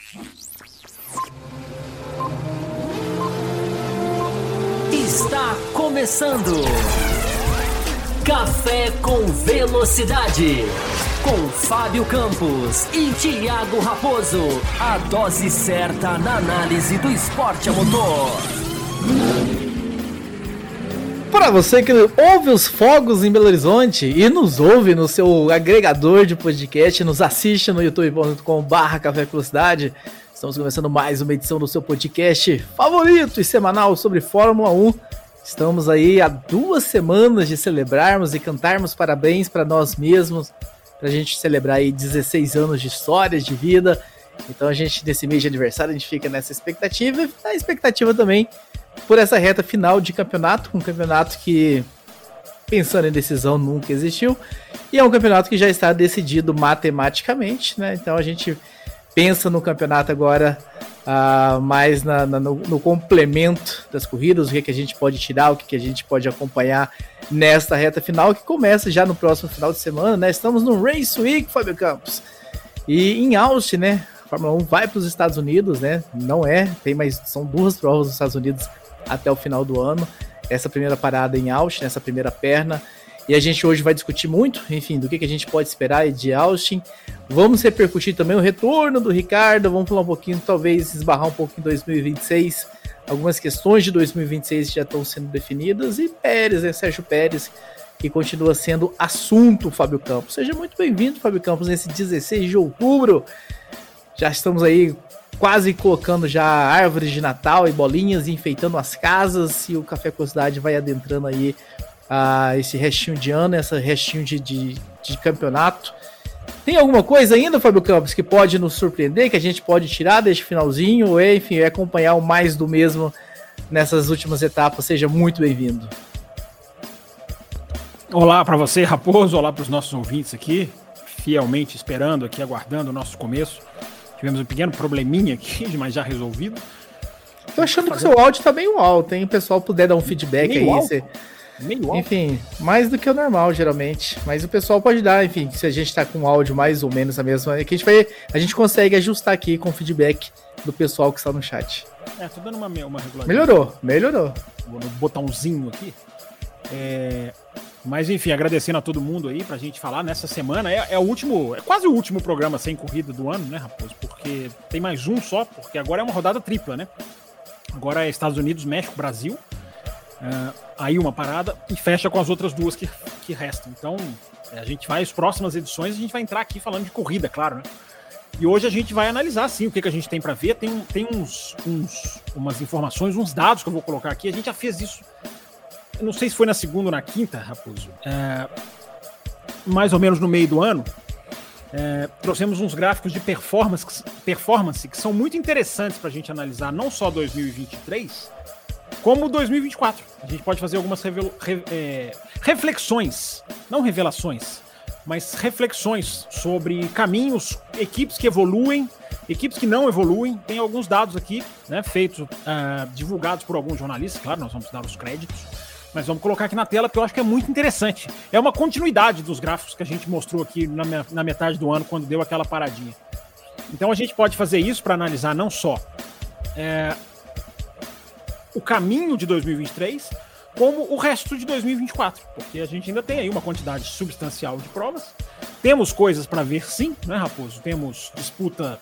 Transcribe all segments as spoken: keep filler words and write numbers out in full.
Está começando Café com Velocidade, com Fábio Campos e Thiago Raposo, a dose certa na análise do esporte a motor. Para você que ouve os fogos em Belo Horizonte e nos ouve no seu agregador de podcast, nos assiste no youtube ponto com barra Café com Velocidade, estamos começando mais uma edição do seu podcast favorito e semanal sobre Fórmula um. Estamos aí há duas semanas de celebrarmos e cantarmos parabéns para nós mesmos, para a gente celebrar aí dezesseis anos de história, de vida. Então a gente, nesse mês de aniversário, a gente fica nessa expectativa e na expectativa também por essa reta final de campeonato, um campeonato que, pensando em decisão, nunca existiu, e é um campeonato que já está decidido matematicamente, né? Então a gente pensa no campeonato agora uh, mais na, na, no, no complemento das corridas, o que, é que a gente pode tirar, o que, é que a gente pode acompanhar nesta reta final, que começa já no próximo final de semana, né? Estamos no Race Week, Fábio Campos, e em Austin, né? A Fórmula um vai para os Estados Unidos, né? Não é, tem mais, são duas provas nos Estados Unidos até o final do ano. Essa primeira parada em Austin, essa primeira perna. E a gente hoje vai discutir muito, enfim, do que, que a gente pode esperar de Austin. Vamos repercutir também o retorno do Ricardo, vamos falar um pouquinho, talvez esbarrar um pouco em dois mil e vinte e seis. Algumas questões de dois mil e vinte e seis já estão sendo definidas. E Pérez, né? Sérgio Pérez, que continua sendo assunto, Fábio Campos. Seja muito bem-vindo, Fábio Campos, nesse dezesseis de outubro. Já estamos aí quase colocando já árvores de Natal e bolinhas e enfeitando as casas, e o Café com Velocidade vai adentrando aí a uh, esse restinho de ano, esse restinho de, de, de campeonato. Tem alguma coisa ainda, Fábio Campos, que pode nos surpreender, que a gente pode tirar deste finalzinho, ou enfim, é acompanhar o mais do mesmo nessas últimas etapas? Seja muito bem-vindo. Olá para você, Raposo, olá para os nossos ouvintes aqui, fielmente esperando aqui, aguardando o nosso começo. Tivemos um pequeno probleminha aqui, mas já resolvido. Tô achando que o seu áudio tá meio alto, hein? O pessoal puder dar um feedback meio aí. Alto? Você... Meio alto? Enfim, mais do que o normal, geralmente. Mas o pessoal pode dar, enfim, se a gente tá com o áudio mais ou menos a mesma, é que a gente vai, a gente consegue ajustar aqui com o feedback do pessoal que está no chat. É, tô dando uma, uma regularidade. Melhorou, melhorou. Vou no botãozinho aqui. É... Mas enfim, agradecendo a todo mundo aí pra gente falar nessa semana. É, é o último, é quase o último programa sem corrida do ano, né, Raposo? Porque tem mais um só, porque agora é uma rodada tripla, né? Agora é Estados Unidos, México, Brasil. Uh, aí uma parada e fecha com as outras duas que, que restam. Então, a gente vai, as próximas edições, a gente vai entrar aqui falando de corrida, claro, né? E hoje a gente vai analisar, sim, o que, que a gente tem pra ver. Tem, tem uns, uns, umas informações, uns dados que eu vou colocar aqui. A gente já fez isso. Eu não sei se foi na segunda ou na quinta, Raposo, é, mais ou menos no meio do ano, é, trouxemos uns gráficos de performance, performance que são muito interessantes para a gente analisar não só dois mil e vinte e três, como dois mil e vinte e quatro. A gente pode fazer algumas revelo, re, é, reflexões, não revelações, mas reflexões sobre caminhos, equipes que evoluem, equipes que não evoluem. Tem alguns dados aqui, né, feitos, uh, divulgados por alguns jornalistas, claro, nós vamos dar os créditos. Mas vamos colocar aqui na tela, porque eu acho que é muito interessante. É uma continuidade dos gráficos que a gente mostrou aqui na, na metade do ano, quando deu aquela paradinha. Então a gente pode fazer isso para analisar não só é, o caminho de dois mil e vinte e três, como o resto de dois mil e vinte e quatro. Porque a gente ainda tem aí uma quantidade substancial de provas. Temos coisas para ver, sim, né, Raposo? Temos disputa...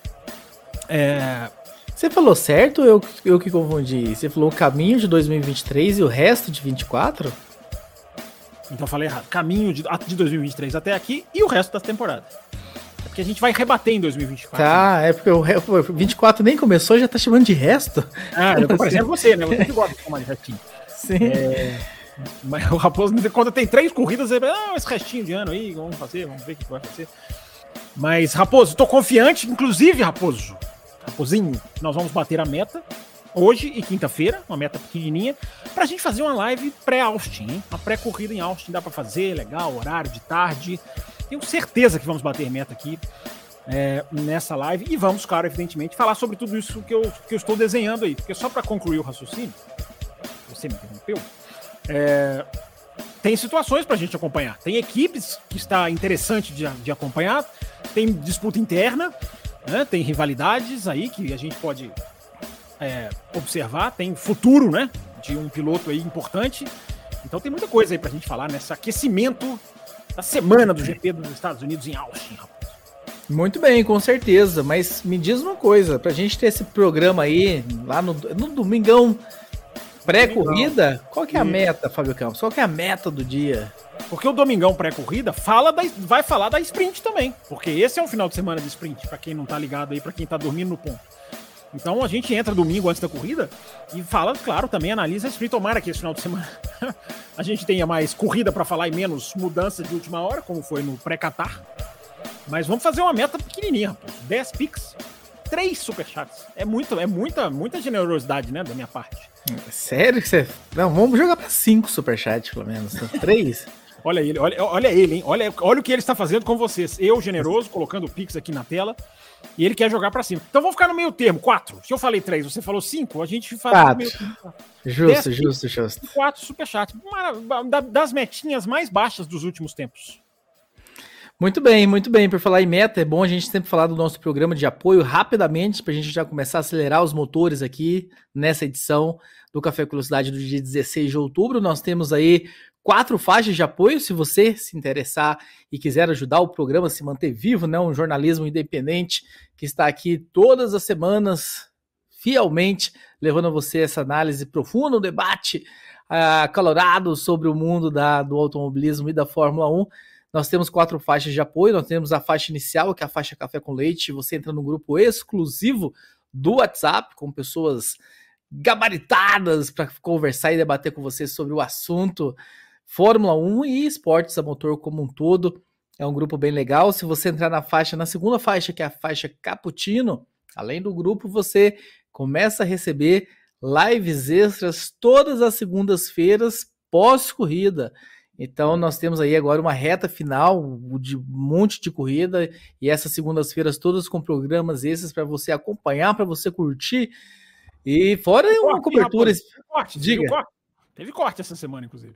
É, Você falou certo ou eu, eu que confundi? Você falou o caminho de dois mil e vinte e três e o resto de vinte e quatro? Então eu falei errado. Caminho de, de dois mil e vinte e três até aqui e o resto da temporada. É porque a gente vai rebater em dois mil e vinte e quatro. Tá, né? É porque o vinte e quatro nem começou, já tá chamando de resto. Ah, eu tô parecendo você, né? Você que gosta de chamar de restinho. Sim. É, mas o Raposo, quando tem três corridas, ele fala, ah, esse restinho de ano aí, vamos fazer, vamos ver o que vai fazer. Mas, Raposo, tô confiante, inclusive, Raposo, Raposinho, nós vamos bater a meta hoje e quinta-feira, uma meta pequenininha, pra gente fazer uma live pré-Austin, hein? Uma pré-corrida em Austin, dá pra fazer, legal, horário de tarde. Tenho certeza que vamos bater meta aqui é, nessa live e vamos, claro, evidentemente, falar sobre tudo isso que eu, que eu estou desenhando aí. Porque só pra concluir o raciocínio, você me interrompeu, é, tem situações pra gente acompanhar. Tem equipes que está interessante de, de acompanhar, tem disputa interna. né? Tem rivalidades aí que a gente pode é, observar, tem futuro, né, de um piloto aí importante. Então tem muita coisa aí pra gente falar nesse aquecimento da semana do G P dos Estados Unidos em Austin, rapaz. Muito bem, com certeza, mas me diz uma coisa, pra gente ter esse programa aí, lá no, no domingão, pré-corrida, qual que é a meta, Fábio Campos? Qual que é a meta do dia? Porque o domingão pré-corrida fala da, vai falar da sprint também, porque esse é um final de semana de sprint, pra quem não tá ligado aí, pra quem tá dormindo no ponto. Então a gente entra domingo antes da corrida e fala, claro, também analisa a sprint. Tomara que esse final de semana a gente tenha mais corrida pra falar e menos mudança de última hora, como foi no pré-Qatar. Mas vamos fazer uma meta pequenininha, rapaz. dez pix, três superchats. É, muito, é muita, muita generosidade, né, da minha parte. Sério que você... Não, vamos jogar pra cinco superchats, pelo menos. três? Olha ele, olha, olha ele, hein? Olha, olha o que ele está fazendo com vocês. Eu, generoso, colocando o pix aqui na tela. E ele quer jogar pra cima. Então vamos ficar no meio termo, quatro. Se eu falei três, você falou cinco, a gente faz quatro. No meio termo. Justo, justo, justo. Quatro superchats. Das metinhas mais baixas dos últimos tempos. Muito bem, muito bem. Por falar em meta, é bom a gente sempre falar do nosso programa de apoio rapidamente, para a gente já começar a acelerar os motores aqui nessa edição do Café com Velocidade do dia dezesseis de outubro. Nós temos aí quatro faixas de apoio, se você se interessar e quiser ajudar o programa a se manter vivo, né? Um jornalismo independente que está aqui todas as semanas, fielmente, levando a você essa análise profunda, um debate uh, acalorado sobre o mundo da, do automobilismo e da Fórmula um. Nós temos quatro faixas de apoio, nós temos a faixa inicial, que é a faixa Café com Leite, você entra no grupo exclusivo do WhatsApp, com pessoas gabaritadas para conversar e debater com você sobre o assunto Fórmula um e esportes a motor como um todo. É um grupo bem legal. Se você entrar na faixa, na segunda faixa, que é a faixa Cappuccino, além do grupo, você começa a receber lives extras todas as segundas-feiras pós-corrida. Então nós temos aí agora uma reta final de um monte de corrida e essas segundas-feiras todas com programas esses para você acompanhar, para você curtir. E fora teve uma corte, cobertura... Teve corte, Diga. Teve corte. Teve corte essa semana, inclusive.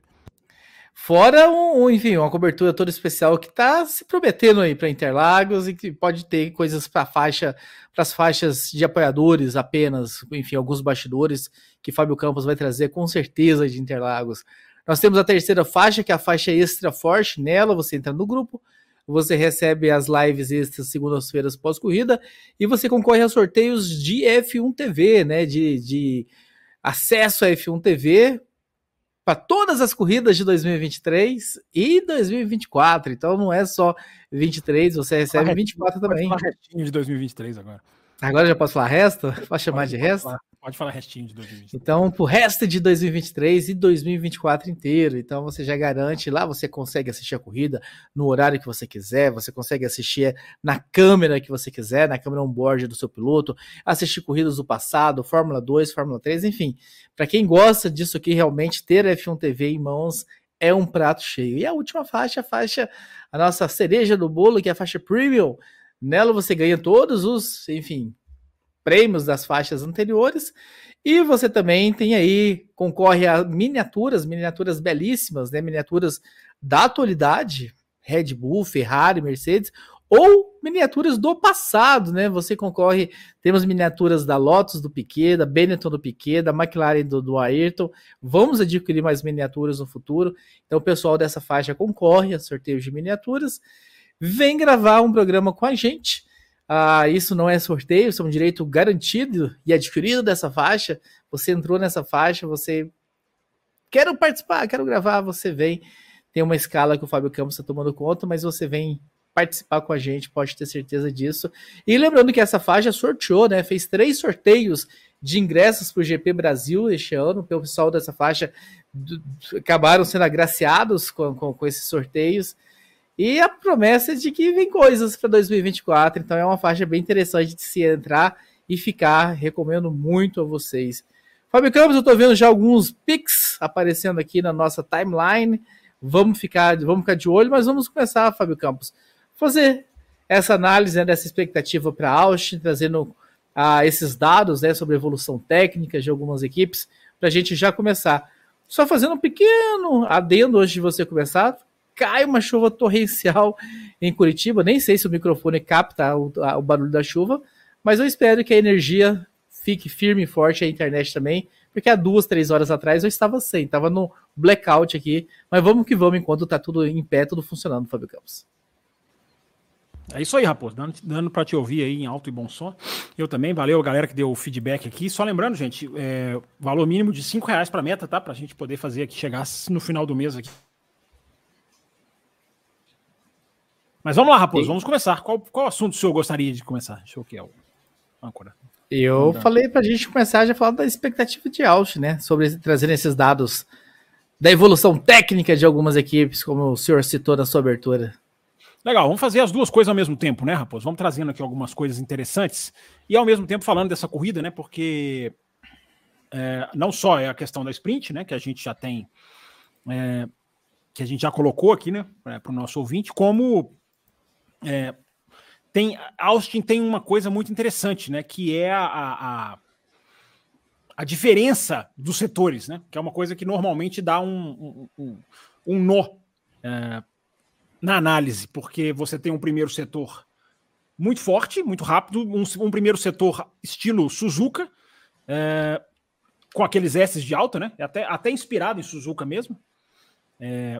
Fora, um, enfim, uma cobertura toda especial que está se prometendo aí para Interlagos e que pode ter coisas para faixa, para as faixas de apoiadores apenas, enfim, alguns bastidores que Fábio Campos vai trazer com certeza de Interlagos. Nós temos a terceira faixa, que é a faixa Extra Forte. Nela você entra no grupo, você recebe as lives extras segundas-feiras pós-corrida e você concorre a sorteios de F um T V, né, de, de acesso a F um T V para todas as corridas de dois mil e vinte e três e dois mil e vinte e quatro. Então não é só vinte e três, você recebe vinte e quatro também. Pode falar restinho de dois mil e vinte e três agora. Agora já posso falar resto? Posso chamar pode, de pode resto? Falar, pode falar restinho de dois mil e vinte e três. Então, pro resto de dois mil e vinte e três e dois mil e vinte e quatro inteiro. Então, você já garante. Lá você consegue assistir a corrida no horário que você quiser. Você consegue assistir na câmera que você quiser, na câmera on-board do seu piloto. Assistir corridas do passado, Fórmula dois, Fórmula três, enfim. Para quem gosta disso aqui, realmente, ter a F um T V em mãos é um prato cheio. E a última faixa, a faixa, a nossa cereja do bolo, que é a faixa Premium. Nela você ganha todos os, enfim... prêmios das faixas anteriores, e você também tem aí, concorre a miniaturas, miniaturas belíssimas, né, miniaturas da atualidade, Red Bull, Ferrari, Mercedes, ou miniaturas do passado, né, você concorre, temos miniaturas da Lotus do Piquet, da Benetton do Piquet, da McLaren do, do Ayrton, vamos adquirir mais miniaturas no futuro, então o pessoal dessa faixa concorre a sorteios de miniaturas, vem gravar um programa com a gente. Ah, isso não é sorteio, isso é um direito garantido e adquirido dessa faixa. Você entrou nessa faixa, você quer participar, quero gravar, você vem. Tem uma escala que o Fábio Campos está tomando conta, mas você vem participar com a gente, pode ter certeza disso. E lembrando que essa faixa sorteou, né? Fez três sorteios de ingressos para o G P Brasil este ano. O pessoal dessa faixa acabaram sendo agraciados com, com, com esses sorteios. E a promessa é de que vem coisas para dois mil e vinte e quatro, então é uma faixa bem interessante de se entrar e ficar, recomendo muito a vocês. Fábio Campos, eu estou vendo já alguns pics aparecendo aqui na nossa timeline, vamos ficar, vamos ficar de olho, mas vamos começar, Fábio Campos, fazer essa análise, né, dessa expectativa para a Austin, trazendo ah, esses dados, né, sobre a evolução técnica de algumas equipes, para a gente já começar. Só fazendo um pequeno adendo antes de você começar, cai uma chuva torrencial em Curitiba. Nem sei se o microfone capta o, a, o barulho da chuva, mas eu espero que a energia fique firme e forte, a internet também, porque há duas, três horas atrás eu estava sem, estava no blackout aqui, mas vamos que vamos enquanto tá tudo em pé, tudo funcionando, Fábio Campos. É isso aí, Raposo, dando, dando para te ouvir aí em alto e bom som. Eu também, valeu a galera que deu o feedback aqui. Só lembrando, gente, é, valor mínimo de cinco reais para meta, tá? Pra gente poder fazer aqui, chegar no final do mês aqui. Mas vamos lá, Raposo, e... vamos começar. Qual, qual assunto o senhor gostaria de começar? Deixa eu ver o âncora. Eu falei pra gente começar já falando da expectativa de Austin, né? Sobre trazer esses dados da evolução técnica de algumas equipes, como o senhor citou na sua abertura. Legal, vamos fazer as duas coisas ao mesmo tempo, né, Raposo? Vamos trazendo aqui algumas coisas interessantes e ao mesmo tempo falando dessa corrida, né? Porque é, não só é a questão da sprint, né? Que a gente já tem, é, que a gente já colocou aqui, né? Para o nosso ouvinte, como é, tem Austin tem uma coisa muito interessante, né? Que é a, a, a diferença dos setores, né? Que é uma coisa que normalmente dá um, um, um, um nó. É, na análise, porque você tem um primeiro setor muito forte, muito rápido, um, um primeiro setor estilo Suzuka, é, com aqueles S de alta, né? Até, até inspirado em Suzuka mesmo. É,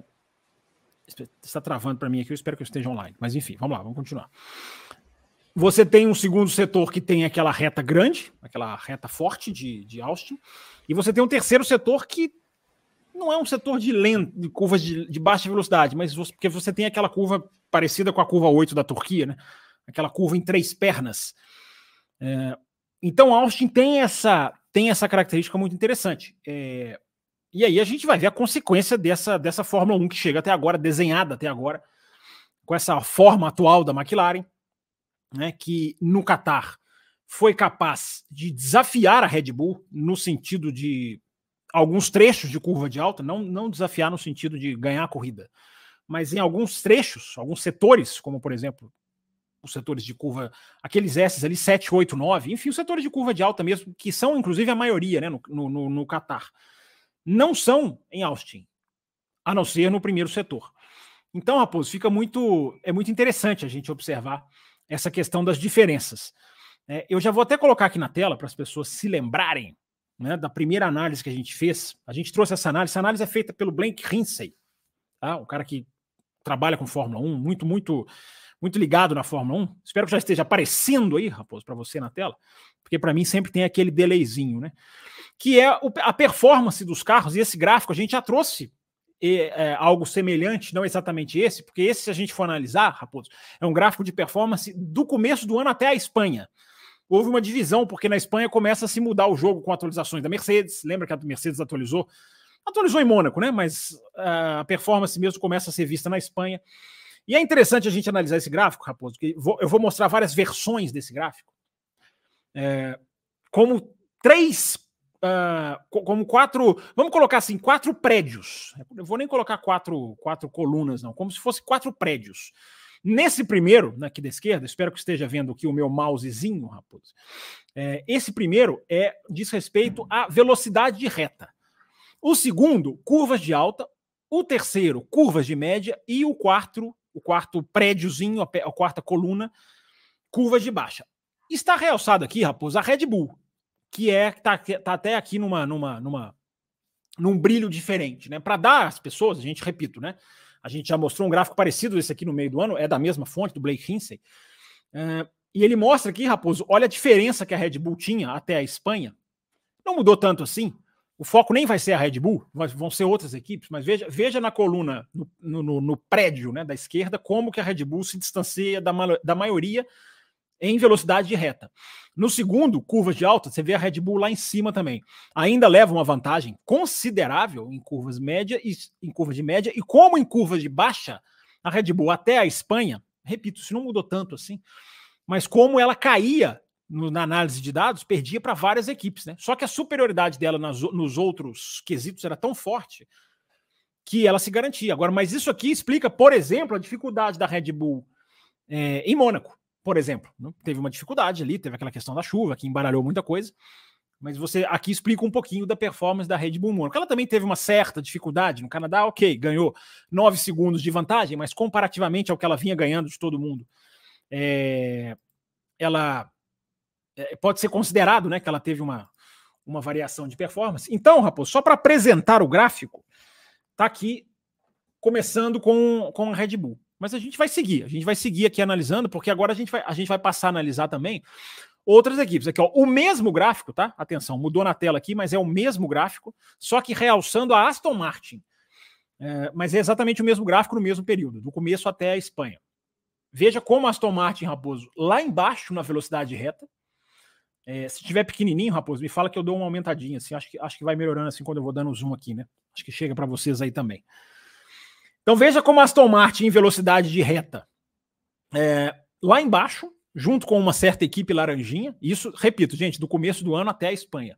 está travando para mim aqui, eu espero que eu esteja online. Mas enfim, vamos lá, vamos continuar. Você tem um segundo setor que tem aquela reta grande, aquela reta forte de, de Austin, e você tem um terceiro setor que não é um setor de, lento, de curvas de, de baixa velocidade, mas você, porque você tem aquela curva parecida com a curva oito da Turquia, né? Aquela curva em três pernas. É, então, Austin tem essa, tem essa característica muito interessante. É, e aí a gente vai ver a consequência dessa, dessa Fórmula um que chega até agora, desenhada até agora, com essa forma atual da McLaren, né, que no Qatar foi capaz de desafiar a Red Bull no sentido de alguns trechos de curva de alta, não, não desafiar no sentido de ganhar a corrida, mas em alguns trechos, alguns setores, como por exemplo, os setores de curva, aqueles S ali, sete, oito, nove, enfim, os setores de curva de alta mesmo, que são inclusive a maioria, né, no, no, no Qatar, não são em Austin, a não ser no primeiro setor. Então, Raposo, fica muito, é muito interessante a gente observar essa questão das diferenças. É, eu já vou até colocar aqui na tela para as pessoas se lembrarem, né, da primeira análise que a gente fez. A gente trouxe essa análise. Essa análise é feita pelo Blake Rinsey, tá? O cara que trabalha com Fórmula um, muito, muito, muito ligado na Fórmula um. Espero que já esteja aparecendo aí, Raposo, para você na tela, porque para mim sempre tem aquele delayzinho, né? Que é o, a performance dos carros, e esse gráfico a gente já trouxe é, é, algo semelhante, não exatamente esse, porque esse, se a gente for analisar, Raposo, é um gráfico de performance do começo do ano até a Espanha. Houve uma divisão, porque na Espanha começa a se mudar o jogo com atualizações da Mercedes. Lembra que a Mercedes atualizou? Atualizou em Mônaco, né? Mas uh, a performance mesmo começa a ser vista na Espanha. E é interessante a gente analisar esse gráfico, Raposo, porque vou, eu vou mostrar várias versões desse gráfico. É, como três, uh, como quatro, vamos colocar assim, quatro prédios. Eu vou nem colocar quatro, quatro colunas, não, como se fosse quatro prédios. Nesse primeiro, aqui da esquerda, espero que esteja vendo aqui o meu mousezinho, Raposo. É, esse primeiro é, diz respeito à velocidade de reta. O segundo, curvas de alta. O terceiro, curvas de média. E o quarto, o quarto prédiozinho, a, a quarta coluna, curvas de baixa. Está realçado aqui, Raposo, a Red Bull, que é tá, tá até aqui numa, numa, numa, num brilho diferente, né? Para dar às pessoas, a gente repito, né? A gente já mostrou um gráfico parecido esse aqui no meio do ano, é da mesma fonte, do Blake Rinsey. Uh, e ele mostra aqui, Raposo, olha a diferença que a Red Bull tinha até a Espanha. Não mudou tanto assim. O foco nem vai ser a Red Bull, vão ser outras equipes, mas veja, veja na coluna, no, no, no prédio, né, da esquerda, como que a Red Bull se distancia da, da maioria em velocidade de reta. No segundo, curvas de alta, você vê a Red Bull lá em cima também. Ainda leva uma vantagem considerável em curvas média e em curvas de média, e como em curvas de baixa, a Red Bull até a Espanha, repito, isso não mudou tanto assim, mas como ela caía no, na análise de dados, perdia para várias equipes, né? Só que a superioridade dela nas, nos outros quesitos era tão forte que ela se garantia. Agora, mas isso aqui explica, por exemplo, a dificuldade da Red Bull é, em Mônaco. Por exemplo, né? Teve uma dificuldade ali, teve aquela questão da chuva que embaralhou muita coisa, Mas você aqui explica um pouquinho da performance da Red Bull em Mônaco. Ela também teve uma certa dificuldade no Canadá, ok, ganhou nove segundos de vantagem, mas comparativamente ao que ela vinha ganhando de todo mundo, é, ela é, pode ser considerado, né, que ela teve uma, uma variação de performance. Então, Raposo, só para apresentar o gráfico, tá aqui começando com, com a Red Bull. Mas a gente vai seguir, a gente vai seguir aqui analisando, porque agora a gente vai, a gente vai passar a analisar também outras equipes. Aqui, ó, o mesmo gráfico, tá? Atenção, mudou na tela aqui, mas é o mesmo gráfico, só que realçando a Aston Martin. É, mas é exatamente o mesmo gráfico no mesmo período, do começo até a Espanha. Veja como a Aston Martin, Raposo, lá embaixo na velocidade reta. É, se tiver pequenininho, Raposo, me fala que eu dou uma aumentadinha, assim, acho que, acho que vai melhorando assim quando eu vou dando o zoom aqui, né? Acho que chega para vocês aí também. Então veja como a Aston Martin em velocidade de reta. É, lá embaixo, junto com uma certa equipe laranjinha, isso, repito, gente, do começo do ano até a Espanha.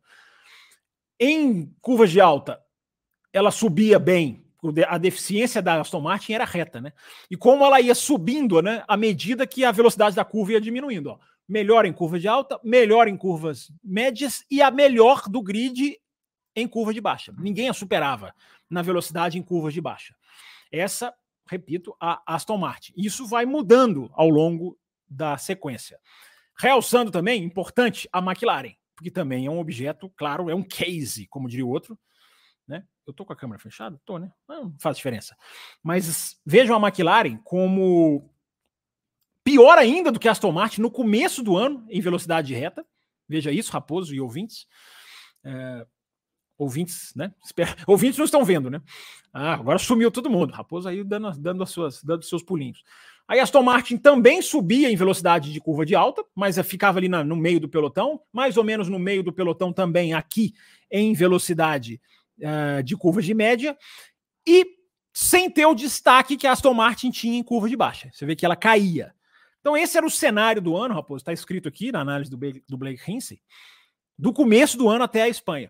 Em curvas de alta, ela subia bem, a deficiência da Aston Martin era reta, né? E como ela ia subindo, né, à medida que a velocidade da curva ia diminuindo, ó. Melhor em curva de alta, melhor em curvas médias e a melhor do grid em curva de baixa. Ninguém a superava na velocidade em curvas de baixa. Essa, repito, a Aston Martin. Isso vai mudando ao longo da sequência. Realçando também, importante, a McLaren, porque também é um objeto, claro, é um case, como diria o outro, né? Eu tô com a câmera fechada? Tô, né? Não faz diferença. Mas vejam a McLaren como pior ainda do que a Aston Martin no começo do ano em velocidade de reta. Veja isso, Raposo e ouvintes. É... Ouvintes, né? Espera... Ouvintes não estão vendo, né? Ah, agora sumiu todo mundo. Raposo aí dando, dando, as suas, dando os seus pulinhos. Aí a Aston Martin também subia em velocidade de curva de alta, mas ficava ali na, no meio do pelotão, mais ou menos no meio do pelotão também aqui em velocidade uh, de curva de média, e sem ter o destaque que a Aston Martin tinha em curva de baixa. Você vê que ela caía. Então esse era o cenário do ano, Raposo, está escrito aqui na análise do Blake, do Blake Hinsey, do começo do ano até a Espanha.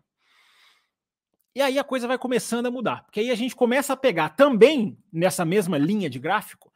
E aí a coisa vai começando a mudar, porque aí a gente começa a pegar também, nessa mesma linha de gráfico,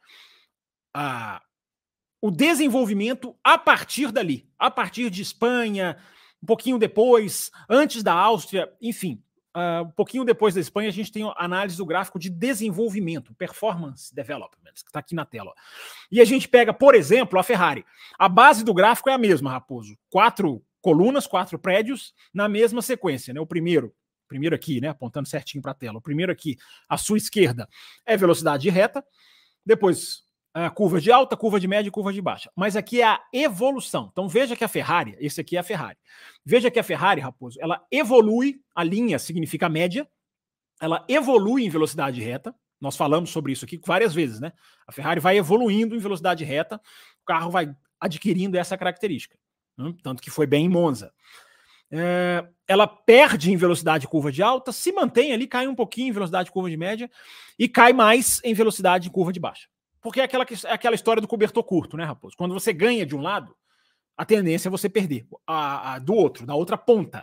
a, o desenvolvimento a partir dali, a partir de Espanha, um pouquinho depois, antes da Áustria, enfim, uh, um pouquinho depois da Espanha a gente tem a análise do gráfico de desenvolvimento, performance development, que está aqui na tela. E a gente pega, por exemplo, a Ferrari. A base do gráfico é a mesma, Raposo. Quatro colunas, quatro prédios, na mesma sequência, né? O primeiro Primeiro aqui, né, apontando certinho para a tela. O primeiro aqui, à sua esquerda, é velocidade de reta. Depois, a curva de alta, curva de média e curva de baixa. Mas aqui é a evolução. Então veja que a Ferrari, esse aqui é a Ferrari. Veja que a Ferrari, Raposo, ela evolui, a linha significa média, ela evolui em velocidade reta. Nós falamos sobre isso aqui várias vezes, né? A Ferrari vai evoluindo em velocidade reta, o carro vai adquirindo essa característica. Né? Tanto que foi bem em Monza. É, ela perde em velocidade de curva de alta, se mantém ali, cai um pouquinho em velocidade de curva de média e cai mais em velocidade de curva de baixa. Porque é aquela, é aquela história do cobertor curto, né, Raposo? Quando você ganha de um lado, a tendência é você perder a, a, do outro, da outra ponta.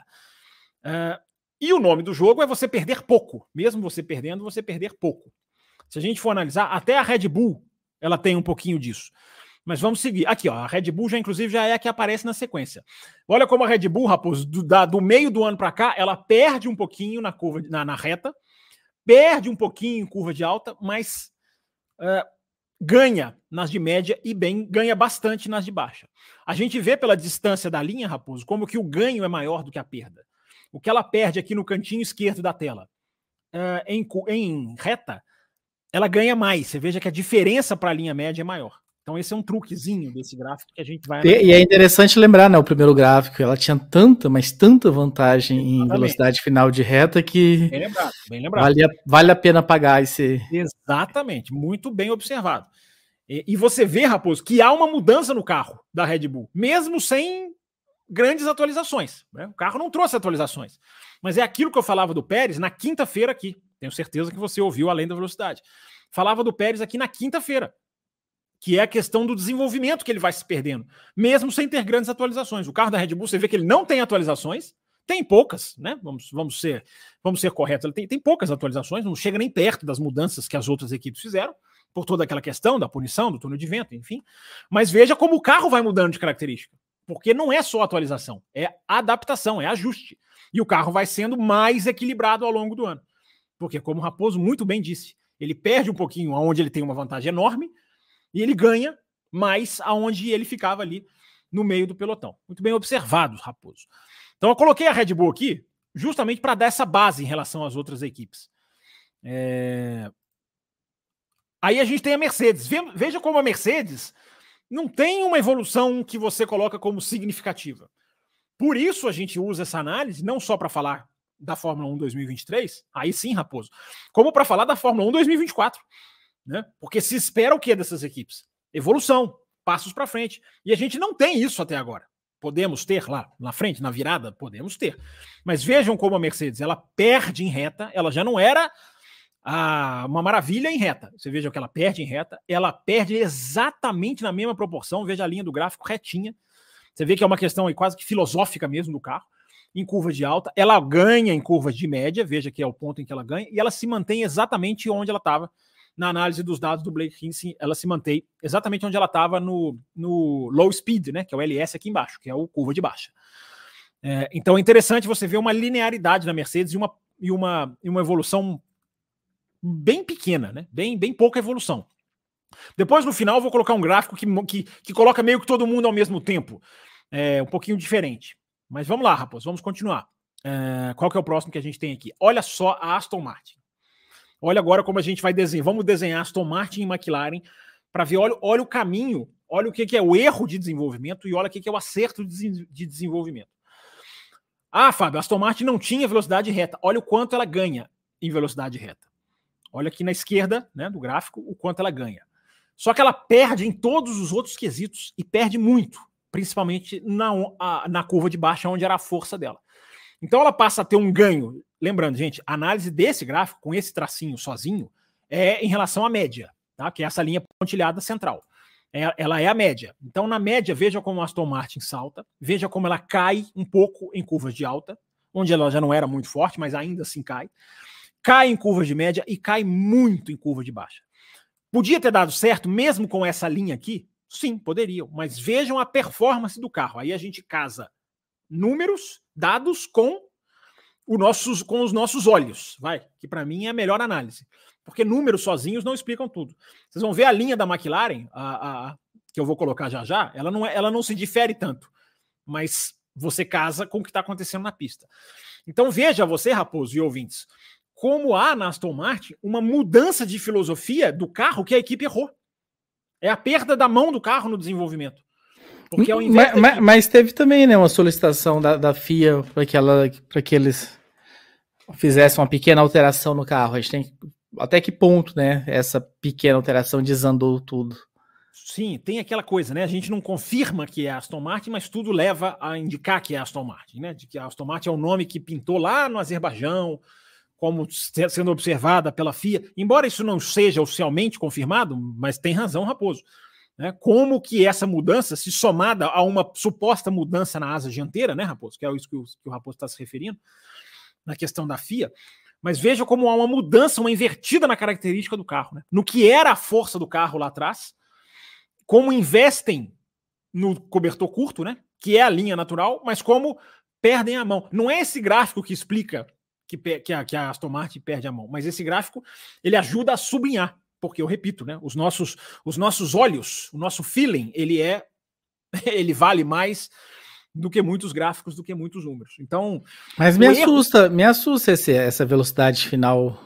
É, e o nome do jogo é você perder pouco. Mesmo você perdendo, você perder pouco. Se a gente for analisar, até a Red Bull ela tem um pouquinho disso. Mas vamos seguir. Aqui, ó, a Red Bull já, inclusive, já é a que aparece na sequência. Olha como a Red Bull, Raposo, do, da, do meio do ano para cá, ela perde um pouquinho na curva, na, na reta, perde um pouquinho em curva de alta, mas uh, ganha nas de média e bem, ganha bastante nas de baixa. A gente vê pela distância da linha, Raposo, como que o ganho é maior do que a perda. O que ela perde aqui no cantinho esquerdo da tela, uh, em, em reta, ela ganha mais. Você veja que a diferença para a linha média é maior. Então esse é um truquezinho desse gráfico que a gente vai... E, e é interessante lembrar, né, o primeiro gráfico, ela tinha tanta, mas tanta vantagem Exatamente. Em velocidade final de reta que bem lembrado, bem lembrado. Vale, a, vale a pena pagar esse... Exatamente, muito bem observado. E, e você vê, Raposo, que há uma mudança no carro da Red Bull, mesmo sem grandes atualizações. Né? O carro não trouxe atualizações. Mas é aquilo que eu falava do Pérez na quinta-feira aqui. Tenho certeza que você ouviu além da velocidade. Falava do Pérez aqui na quinta-feira, que é a questão do desenvolvimento que ele vai se perdendo, mesmo sem ter grandes atualizações. O carro da Red Bull, você vê que ele não tem atualizações, tem poucas, né? Vamos, vamos, ser, vamos ser corretos, ele tem, tem poucas atualizações, não chega nem perto das mudanças que as outras equipes fizeram, por toda aquela questão da punição, do túnel de vento, enfim. Mas veja como o carro vai mudando de característica. Porque não é só atualização, é adaptação, é ajuste. E o carro vai sendo mais equilibrado ao longo do ano. Porque, como o Raposo muito bem disse, ele perde um pouquinho onde ele tem uma vantagem enorme e ele ganha mais aonde ele ficava ali no meio do pelotão. Muito bem observado, Raposo. Então eu coloquei a Red Bull aqui justamente para dar essa base em relação às outras equipes. É... Aí a gente tem a Mercedes. Veja como a Mercedes não tem uma evolução que você coloca como significativa. Por isso a gente usa essa análise não só para falar da Fórmula um dois mil e vinte e três, aí sim, Raposo, como para falar da Fórmula um dois mil e vinte e quatro. Né? Porque se espera o que dessas equipes? Evolução, passos para frente. E a gente não tem isso até agora. Podemos ter lá na frente, na virada? Podemos ter. Mas vejam como a Mercedes, ela perde em reta, ela já não era a, uma maravilha em reta. Você veja que ela perde em reta, ela perde exatamente na mesma proporção, veja a linha do gráfico retinha. Você vê que é uma questão aí quase que filosófica mesmo do carro. Em curva de alta, ela ganha em curvas de média, veja que é o ponto em que ela ganha, e ela se mantém exatamente onde ela estava na análise dos dados do Blake Kinsey, ela se mantém exatamente onde ela estava no, no low speed, né, que é o L S aqui embaixo, que é o curva de baixa. É, então é interessante você ver uma linearidade na Mercedes e uma, e uma, e uma evolução bem pequena, né, bem, bem pouca evolução. Depois, no final, eu vou colocar um gráfico que, que, que coloca meio que todo mundo ao mesmo tempo, é, um pouquinho diferente. Mas vamos lá, Raposo, vamos continuar. Uh, qual que é o próximo que a gente tem aqui? Olha só a Aston Martin. Olha agora como a gente vai desenhar. Vamos desenhar Aston Martin e McLaren para ver, olha, olha o caminho, olha o que, que é o erro de desenvolvimento e olha o que, que é o acerto de desenvolvimento. Ah, Fábio, a Aston Martin não tinha velocidade reta. Olha o quanto ela ganha em velocidade reta. Olha aqui na esquerda, né, do gráfico, o quanto ela ganha. Só que ela perde em todos os outros quesitos e perde muito. Principalmente na, a, na curva de baixa, onde era a força dela. Então ela passa a ter um ganho. Lembrando, gente, a análise desse gráfico, com esse tracinho sozinho, é em relação à média, tá? Que é essa linha pontilhada central. É, ela é a média. Então, na média, veja como a Aston Martin salta, veja como ela cai um pouco em curvas de alta, onde ela já não era muito forte, mas ainda assim cai. Cai em curvas de média e cai muito em curva de baixa. Podia ter dado certo, mesmo com essa linha aqui? Sim, poderiam, mas vejam a performance do carro. Aí a gente casa números, dados com, o nossos, com os nossos olhos, vai, que para mim é a melhor análise. Porque números sozinhos não explicam tudo. Vocês vão ver a linha da McLaren, a, a, que eu vou colocar já já, ela não, é, ela não se difere tanto, mas você casa com o que está acontecendo na pista. Então veja você, Raposo e ouvintes, como há na Aston Martin uma mudança de filosofia do carro que a equipe errou. É a perda da mão do carro no desenvolvimento. Porque ao invés mas, mas, mas teve também, né, uma solicitação da, da F I A para que, ela, para que eles fizessem uma pequena alteração no carro. A gente tem até que ponto, né, essa pequena alteração desandou tudo. Sim, tem aquela coisa, né? A gente não confirma que é a Aston Martin, mas tudo leva a indicar que é a Aston Martin, né? De que a Aston Martin é o nome que pintou lá no Azerbaijão, como sendo observada pela F I A, embora isso não seja oficialmente confirmado, mas tem razão, Raposo. Né? Como que essa mudança, se somada a uma suposta mudança na asa dianteira, né, Raposo? Que é isso que o, que o Raposo está se referindo, na questão da F I A, mas veja como há uma mudança, uma invertida na característica do carro, né? No que era a força do carro lá atrás, como investem no cobertor curto, né? Que é a linha natural, mas como perdem a mão. Não é esse gráfico que explica Que, que, a, que a Aston Martin perde a mão. Mas esse gráfico, ele ajuda a sublinhar, porque eu repito, né, os nossos, os nossos olhos, o nosso feeling, ele é, ele vale mais do que muitos gráficos, do que muitos números. Então, mas me assusta, erro... me assusta esse, essa velocidade final.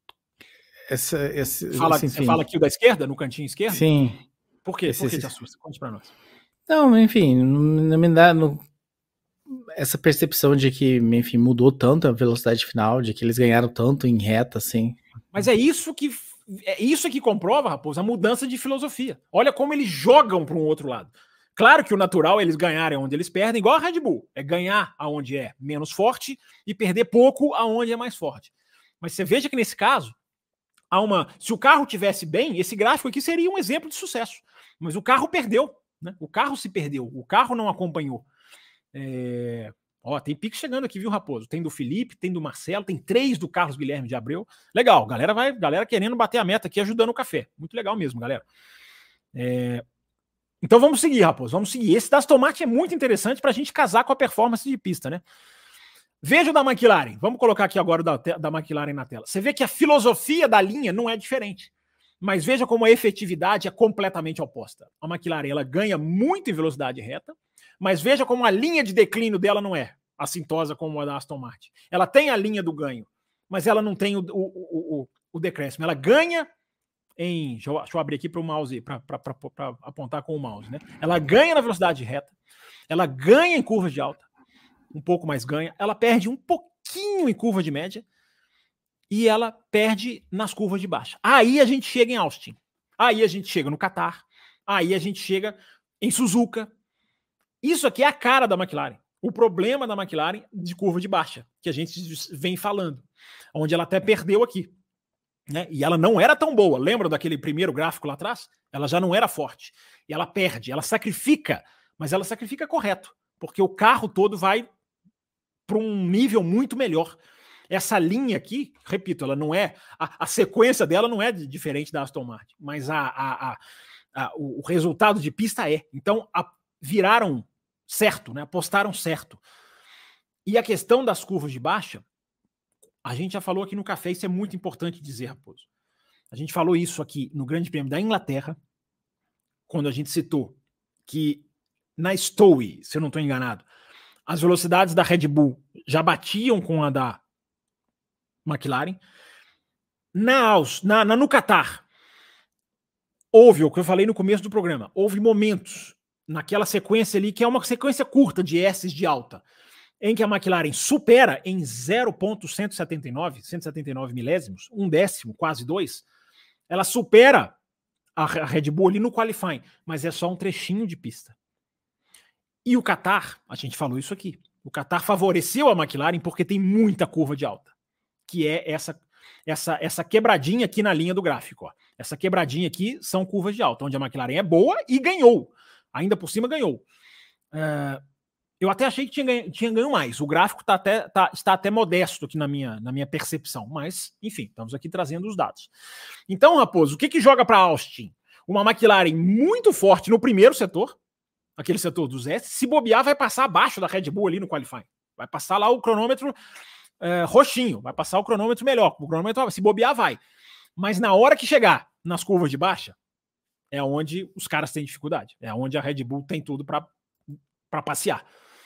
Essa, esse, fala, assim, você fala aqui o da esquerda, no cantinho esquerdo? Sim. Por quê? Esse, Por que esse... te assusta? Conte para nós. Não, enfim, não me dá... Não... essa percepção de que, enfim, mudou tanto a velocidade final, de que eles ganharam tanto em reta, assim. Mas é isso que é isso que comprova, Raposo, a mudança de filosofia. Olha como eles jogam para um outro lado. Claro que o natural é eles ganharem onde eles perdem, igual a Red Bull. É ganhar aonde é menos forte e perder pouco aonde é mais forte. Mas você veja que nesse caso, há uma, se o carro tivesse bem, esse gráfico aqui seria um exemplo de sucesso. Mas o carro perdeu, né? O carro se perdeu, o carro não acompanhou. É... Ó, tem pique chegando aqui, viu, Raposo? Tem do Felipe, tem do Marcelo, tem três do Carlos Guilherme de Abreu. Legal, galera vai, galera querendo bater a meta aqui, ajudando o café. Muito legal mesmo, galera. É... Então vamos seguir, Raposo, vamos seguir. Esse da Aston Martin é muito interessante para a gente casar com a performance de pista, né? Veja o da McLaren. Vamos colocar aqui agora o da, da McLaren na tela. Você vê que a filosofia da linha não é diferente. Mas veja como a efetividade é completamente oposta. A McLaren ela ganha muito em velocidade reta, mas veja como a linha de declínio dela não é assintosa como a da Aston Martin. Ela tem a linha do ganho, mas ela não tem o, o, o, o decréscimo. Ela ganha em... Deixa eu, deixa eu abrir aqui para o mouse, para apontar com o mouse, né? Ela ganha na velocidade reta, ela ganha em curvas de alta, um pouco mais ganha, ela perde um pouquinho em curva de média e ela perde nas curvas de baixa. Aí a gente chega em Austin, aí a gente chega no Qatar, aí a gente chega em Suzuka. Isso aqui é a cara da McLaren. O problema da McLaren de curva de baixa, que a gente vem falando, onde ela até perdeu aqui, né? E ela não era tão boa. Lembra daquele primeiro gráfico lá atrás? Ela já não era forte. E ela perde, ela sacrifica, mas ela sacrifica correto, porque o carro todo vai para um nível muito melhor. Essa linha aqui, repito, ela não é... A, a sequência dela não é diferente da Aston Martin, mas a, a, a, a, o resultado de pista é. Então, a, viraram certo, né? Apostaram certo. E a questão das curvas de baixa, a gente já falou aqui no café, isso é muito importante dizer, Raposo. A gente falou isso aqui no Grande Prêmio da Inglaterra, quando a gente citou que na Stowe, se eu não estou enganado, as velocidades da Red Bull já batiam com a da McLaren. Na, na, na, no Qatar, houve, o que eu falei no começo do programa, houve momentos naquela sequência ali, que é uma sequência curta de S's de alta, em que a McLaren supera em zero vírgula cento e setenta e nove, cento e setenta e nove milésimos, um décimo, quase dois, ela supera a Red Bull ali no qualifying, mas é só um trechinho de pista. E o Qatar, a gente falou isso aqui, o Qatar favoreceu a McLaren porque tem muita curva de alta, que é essa, essa, essa quebradinha aqui na linha do gráfico. Ó. Essa quebradinha aqui são curvas de alta, onde a McLaren é boa e ganhou. Ainda por cima ganhou. Uh, eu até achei que tinha ganho, tinha ganho mais. O gráfico tá até, tá, está até modesto aqui na minha, na minha percepção. Mas, enfim, estamos aqui trazendo os dados. Então, Raposo, o que, que joga para Austin? Uma McLaren muito forte no primeiro setor, aquele setor dos S. Se bobear, vai passar abaixo da Red Bull ali no qualifying. Vai passar lá o cronômetro uh, roxinho. Vai passar o cronômetro melhor. O cronômetro, se bobear, vai. Mas na hora que chegar nas curvas de baixa, é onde os caras têm dificuldade. É onde a Red Bull tem tudo para passear.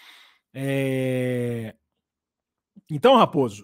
É... Então, Raposo,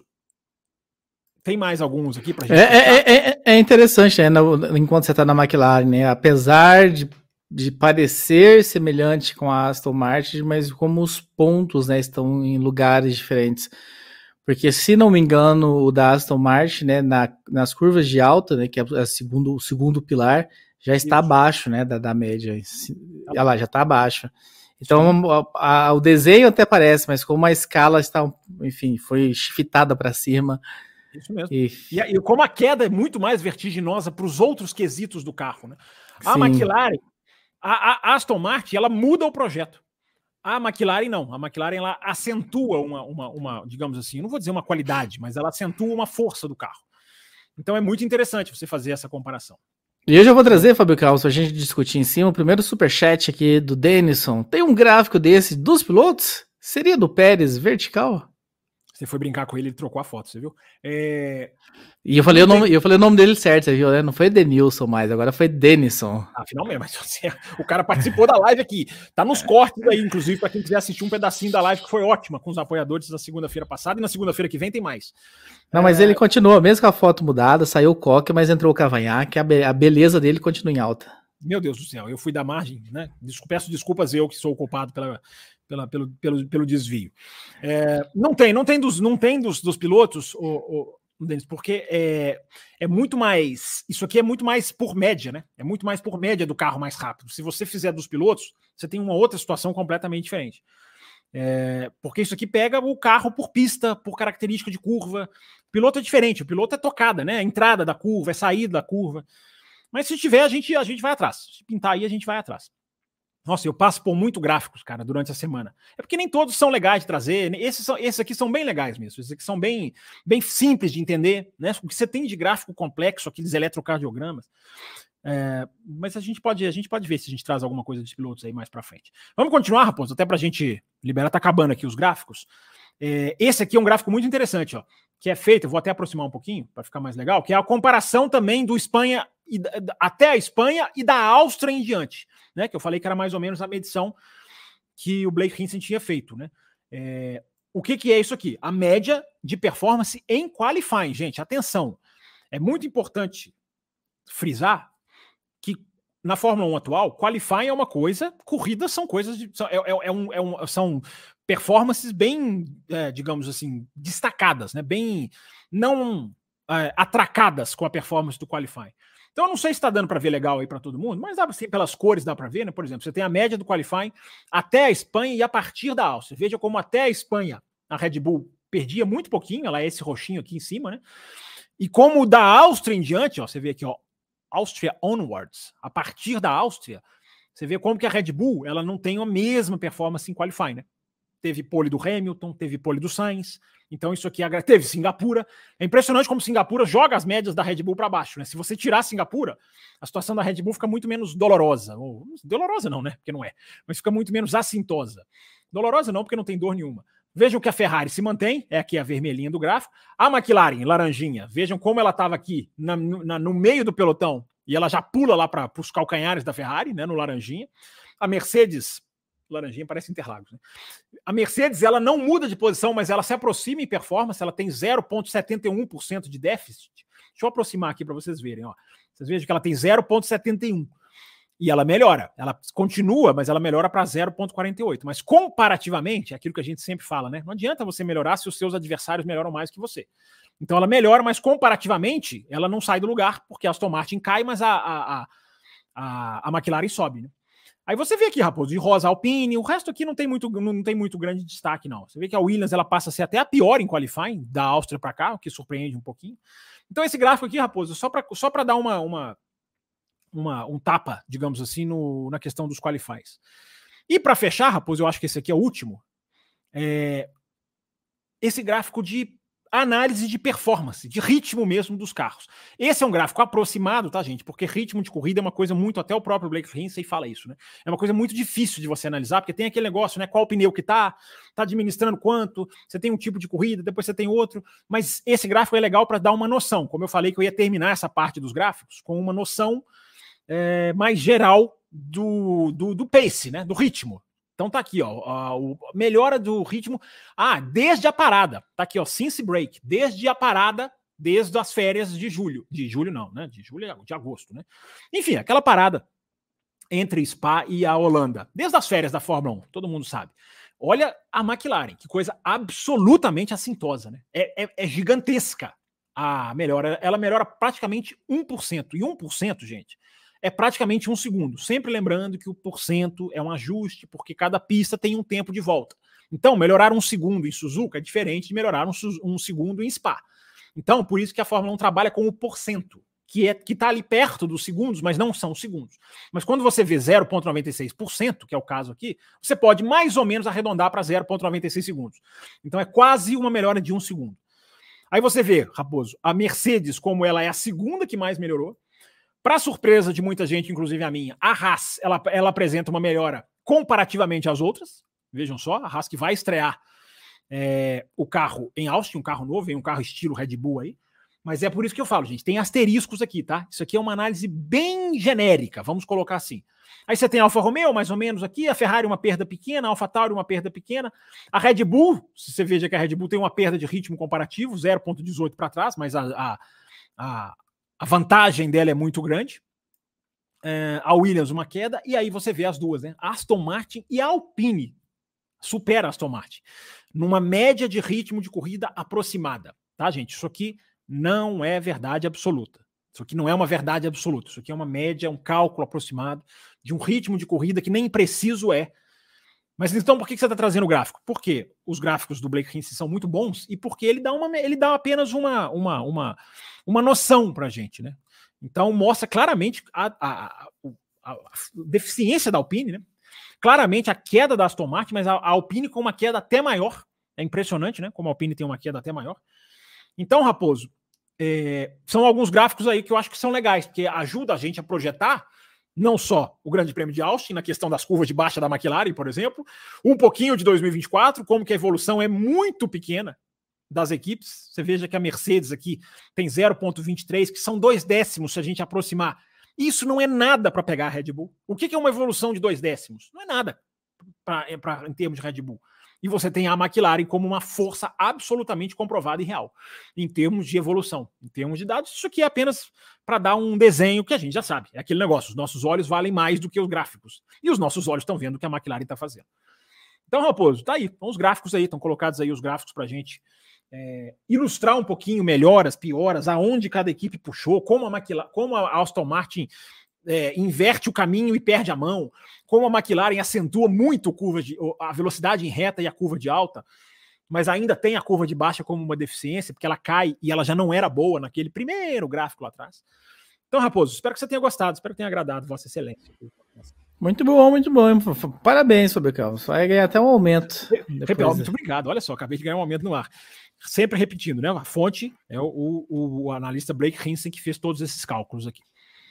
tem mais alguns aqui para gente? É, é, é, é interessante, né? Enquanto você está na McLaren, né? Apesar de, de parecer semelhante com a Aston Martin, mas como os pontos, né, estão em lugares diferentes. Porque, se não me engano, o da Aston Martin, né, na, nas curvas de alta, né, que é a segundo, o segundo pilar, já está Isso. abaixo, né, da, da média. Olha lá, já está abaixo. Então, a, a, o desenho até parece, mas como a escala está, enfim, foi shiftada para cima. Isso mesmo. E... E, e como a queda é muito mais vertiginosa para os outros quesitos do carro, né? A Sim. McLaren, a, a Aston Martin, ela muda o projeto. A McLaren não. A McLaren, ela acentua uma, uma, uma, digamos assim, não vou dizer uma qualidade, mas ela acentua uma força do carro. Então, é muito interessante você fazer essa comparação. E hoje eu vou trazer, Fábio Carlos, pra gente discutir em cima o primeiro superchat aqui do Denison. Tem um gráfico desse dos pilotos? Seria do Pérez vertical? Você foi brincar com ele, ele trocou a foto, você viu? É... E eu falei, o nome, eu falei o nome dele certo, você viu, né? Não foi Denilson mais, agora foi Denison. Ah, finalmente, mas você, o cara participou da live aqui. Tá nos cortes aí, inclusive, para quem quiser assistir um pedacinho da live que foi ótima com os apoiadores da segunda-feira passada, e na segunda-feira que vem tem mais. Não, mas é... ele continua, mesmo com a foto mudada, saiu o coque, mas entrou o cavanhaque, a, be- a beleza dele continua em alta. Meu Deus do céu, eu fui da margem, né? Desculpa, peço desculpas eu que sou o culpado pela... Pela, pelo, pelo, pelo desvio. É, não tem, não tem dos, não tem dos, dos pilotos, o, o, Denis, porque é, é muito mais. Isso aqui é muito mais por média, né? É muito mais por média do carro mais rápido. Se você fizer dos pilotos, você tem uma outra situação completamente diferente. É, porque isso aqui pega o carro por pista, por característica de curva. O piloto é diferente, o piloto é tocada, né? A entrada da curva, é saída da curva. Mas se tiver, a gente, a gente vai atrás. Se pintar aí, a gente vai atrás. Nossa, eu passo por muito gráficos, cara, durante a semana. É porque nem todos são legais de trazer. Esses, são, esses aqui são bem legais mesmo. Esses aqui são bem, bem simples de entender, né? O que você tem de gráfico complexo, aqueles eletrocardiogramas. É, mas a gente, pode, a gente pode ver se a gente traz alguma coisa dos pilotos aí mais pra frente. Vamos continuar, Raposo, até pra gente liberar, tá acabando aqui os gráficos. É, esse aqui é um gráfico muito interessante, ó, que é feito, eu vou até aproximar um pouquinho para ficar mais legal, que é a comparação também do Espanha e, até a Espanha e da Áustria em diante, né? Que eu falei que era mais ou menos a medição que o Blake Hinson tinha feito, né? É, o que, que é isso aqui? A média de performance em qualifying, gente, atenção, é muito importante frisar que na Fórmula um atual, qualifying é uma coisa, corridas são coisas, de, são, é, é, um, é um, são performances bem, é, digamos assim, destacadas, né? Bem não é, atracadas com a performance do qualifying. Então eu não sei se está dando para ver legal aí para todo mundo, mas dá, assim, pelas cores dá para ver, né? Por exemplo, você tem a média do qualifying até a Espanha e a partir da Áustria. Veja como até a Espanha a Red Bull perdia muito pouquinho, ela é esse roxinho aqui em cima, né? E como da Áustria em diante, ó, você vê aqui, ó, Áustria onwards, a partir da Áustria, você vê como que a Red Bull ela não tem a mesma performance em qualifying, né? Teve pole do Hamilton, teve pole do Sainz, então isso aqui teve Singapura. É impressionante como Singapura joga as médias da Red Bull para baixo, né? Se você tirar Singapura, a situação da Red Bull fica muito menos dolorosa. Ou, dolorosa não, né? Porque não é, mas fica muito menos assintosa. Dolorosa não, porque não tem dor nenhuma. Vejam que a Ferrari se mantém, é aqui a vermelhinha do gráfico. A McLaren, laranjinha, vejam como ela estava aqui na, na, no meio do pelotão e ela já pula lá para os calcanhares da Ferrari, né, no laranjinha. A Mercedes, laranjinha parece Interlagos, né? A Mercedes, ela não muda de posição, mas ela se aproxima em performance, ela tem zero vírgula setenta e um por cento de déficit. Deixa eu aproximar aqui para vocês verem, ó. Vocês vejam que ela tem zero vírgula setenta e um. E ela melhora, ela continua, mas ela melhora para zero vírgula quarenta e oito. Mas comparativamente, é aquilo que a gente sempre fala, né? Não adianta você melhorar se os seus adversários melhoram mais que você. Então ela melhora, mas comparativamente, ela não sai do lugar, porque a Aston Martin cai, mas a, a, a, a, a McLaren sobe, né? Aí você vê aqui, Raposo, de rosa Alpine, o resto aqui não tem muito, não tem muito grande destaque, não. Você vê que a Williams ela passa a ser até a pior em qualifying, da Áustria para cá, o que surpreende um pouquinho. Então esse gráfico aqui, Raposo, só para só para dar uma, uma, uma, um tapa, digamos assim, no, na questão dos qualifies. E para fechar, Raposo, eu acho que esse aqui é o último, é esse gráfico de análise de performance, de ritmo mesmo dos carros. Esse é um gráfico aproximado, tá, gente? Porque ritmo de corrida é uma coisa muito, até o próprio Blake Hinson fala isso, né? É uma coisa muito difícil de você analisar, porque tem aquele negócio, né? Qual pneu que tá, tá administrando quanto, você tem um tipo de corrida, depois você tem outro, mas esse gráfico é legal para dar uma noção. Como eu falei que eu ia terminar essa parte dos gráficos com uma noção é, mais geral do, do, do pace, né? Do ritmo. Então tá aqui, ó, a, a melhora do ritmo, ah, desde a parada, tá aqui, ó, since break, desde a parada, desde as férias de julho, de julho não, né, de julho, de agosto, né, enfim, aquela parada entre Spa e a Holanda, desde as férias da Fórmula um, todo mundo sabe. Olha a McLaren, que coisa absolutamente assintosa, né, é, é, é gigantesca a melhora, ela melhora praticamente um por cento, e um por cento, gente, é praticamente um segundo. Sempre lembrando que o porcento é um ajuste, porque cada pista tem um tempo de volta. Então, melhorar um segundo em Suzuka é diferente de melhorar um, um segundo em Spa. Então, por isso que a Fórmula um trabalha com o porcento, que é, que está ali perto dos segundos, mas não são segundos. Mas quando você vê zero vírgula noventa e seis por cento, que é o caso aqui, você pode mais ou menos arredondar para zero vírgula noventa e seis segundos. Então, é quase uma melhora de um segundo. Aí você vê, Raposo, a Mercedes, como ela é a segunda que mais melhorou. Para surpresa de muita gente, inclusive a minha, a Haas, ela, ela apresenta uma melhora comparativamente às outras. Vejam só, a Haas que vai estrear é, o carro em Austin, um carro novo, um carro estilo Red Bull aí. Mas é por isso que eu falo, gente, tem asteriscos aqui, tá? Isso aqui é uma análise bem genérica, vamos colocar assim. Aí você tem a Alfa Romeo, mais ou menos aqui, a Ferrari uma perda pequena, a Alfa Tauri uma perda pequena, a Red Bull, se você veja que a Red Bull tem uma perda de ritmo comparativo, zero vírgula dezoito para trás, mas a... a, a A vantagem dela é muito grande. É, a Williams uma queda, e aí você vê as duas, né? A Aston Martin e a Alpine supera a Aston Martin numa média de ritmo de corrida aproximada, tá, gente? Isso aqui não é verdade absoluta. Isso aqui não é uma verdade absoluta. Isso aqui é uma média, um cálculo aproximado de um ritmo de corrida que nem preciso é. Mas então por que você está trazendo o gráfico? Porque os gráficos do Blake Hinson são muito bons e porque ele dá, uma, ele dá apenas uma, uma, uma, uma noção para a gente, né? Então mostra claramente a, a, a, a deficiência da Alpine, né? Claramente a queda da Aston Martin, mas a, a Alpine com uma queda até maior. É impressionante, né? Como a Alpine tem uma queda até maior. Então, Raposo, é, são alguns gráficos aí que eu acho que são legais, porque ajuda a gente a projetar não só o Grande Prêmio de Austin, na questão das curvas de baixa da McLaren, por exemplo, um pouquinho de dois mil e vinte e quatro, como que a evolução é muito pequena das equipes. Você veja que a Mercedes aqui tem zero vírgula vinte e três, que são dois décimos se a gente aproximar. Isso não é nada para pegar a Red Bull. O que é uma evolução de dois décimos? Não é nada pra, pra, em termos de Red Bull. E você tem a McLaren como uma força absolutamente comprovada e real, em termos de evolução, em termos de dados. Isso aqui é apenas para dar um desenho que a gente já sabe. É aquele negócio, os nossos olhos valem mais do que os gráficos. E os nossos olhos estão vendo o que a McLaren está fazendo. Então, Raposo, tá aí. Então, os gráficos aí, estão colocados aí os gráficos para a gente é, ilustrar um pouquinho melhor as pioras, aonde cada equipe puxou, como a, McLaren, como a Aston Martin é, inverte o caminho e perde a mão, como a McLaren acentua muito curva de, a velocidade em reta e a curva de alta, mas ainda tem a curva de baixa como uma deficiência, porque ela cai e ela já não era boa naquele primeiro gráfico lá atrás. Então, Raposo, espero que você tenha gostado, espero que tenha agradado, Vossa Excelência. Muito bom, muito bom. Parabéns, Fabricão. Você vai ganhar até um aumento. Depois. Muito obrigado. Olha só, acabei de ganhar um aumento no ar. Sempre repetindo, né? A fonte é o, o, o analista Blake Hinson que fez todos esses cálculos aqui.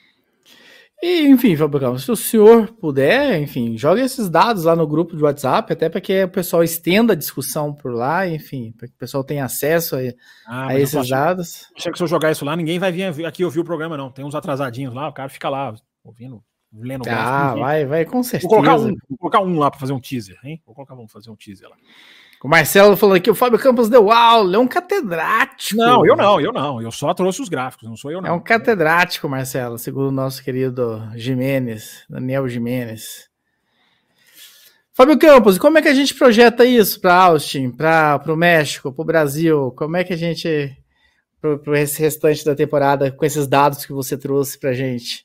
E, enfim, Fabricão, se o senhor puder, enfim, joga esses dados lá no grupo de WhatsApp, até para que o pessoal estenda a discussão por lá, enfim, para que o pessoal tenha acesso a, ah, a esses dados. Achei que se eu jogar isso lá, ninguém vai vir aqui ouvir o programa, não. Tem uns atrasadinhos lá, o cara fica lá ouvindo, lendo o gráfico. Ah, vai, vai, com certeza. Vou colocar um, vou colocar um lá para fazer um teaser, hein? Vou colocar um fazer um teaser lá. O Marcelo falou aqui, o Fábio Campos deu aula, é um catedrático. Não, eu não, eu não, eu só trouxe os gráficos, não sou eu não. É um catedrático, Marcelo, segundo o nosso querido Jimenez, Daniel Jimenez. Fábio Campos, como é que a gente projeta isso para Austin, para o México, para o Brasil? Como é que a gente, para esse restante da temporada, com esses dados que você trouxe para a gente?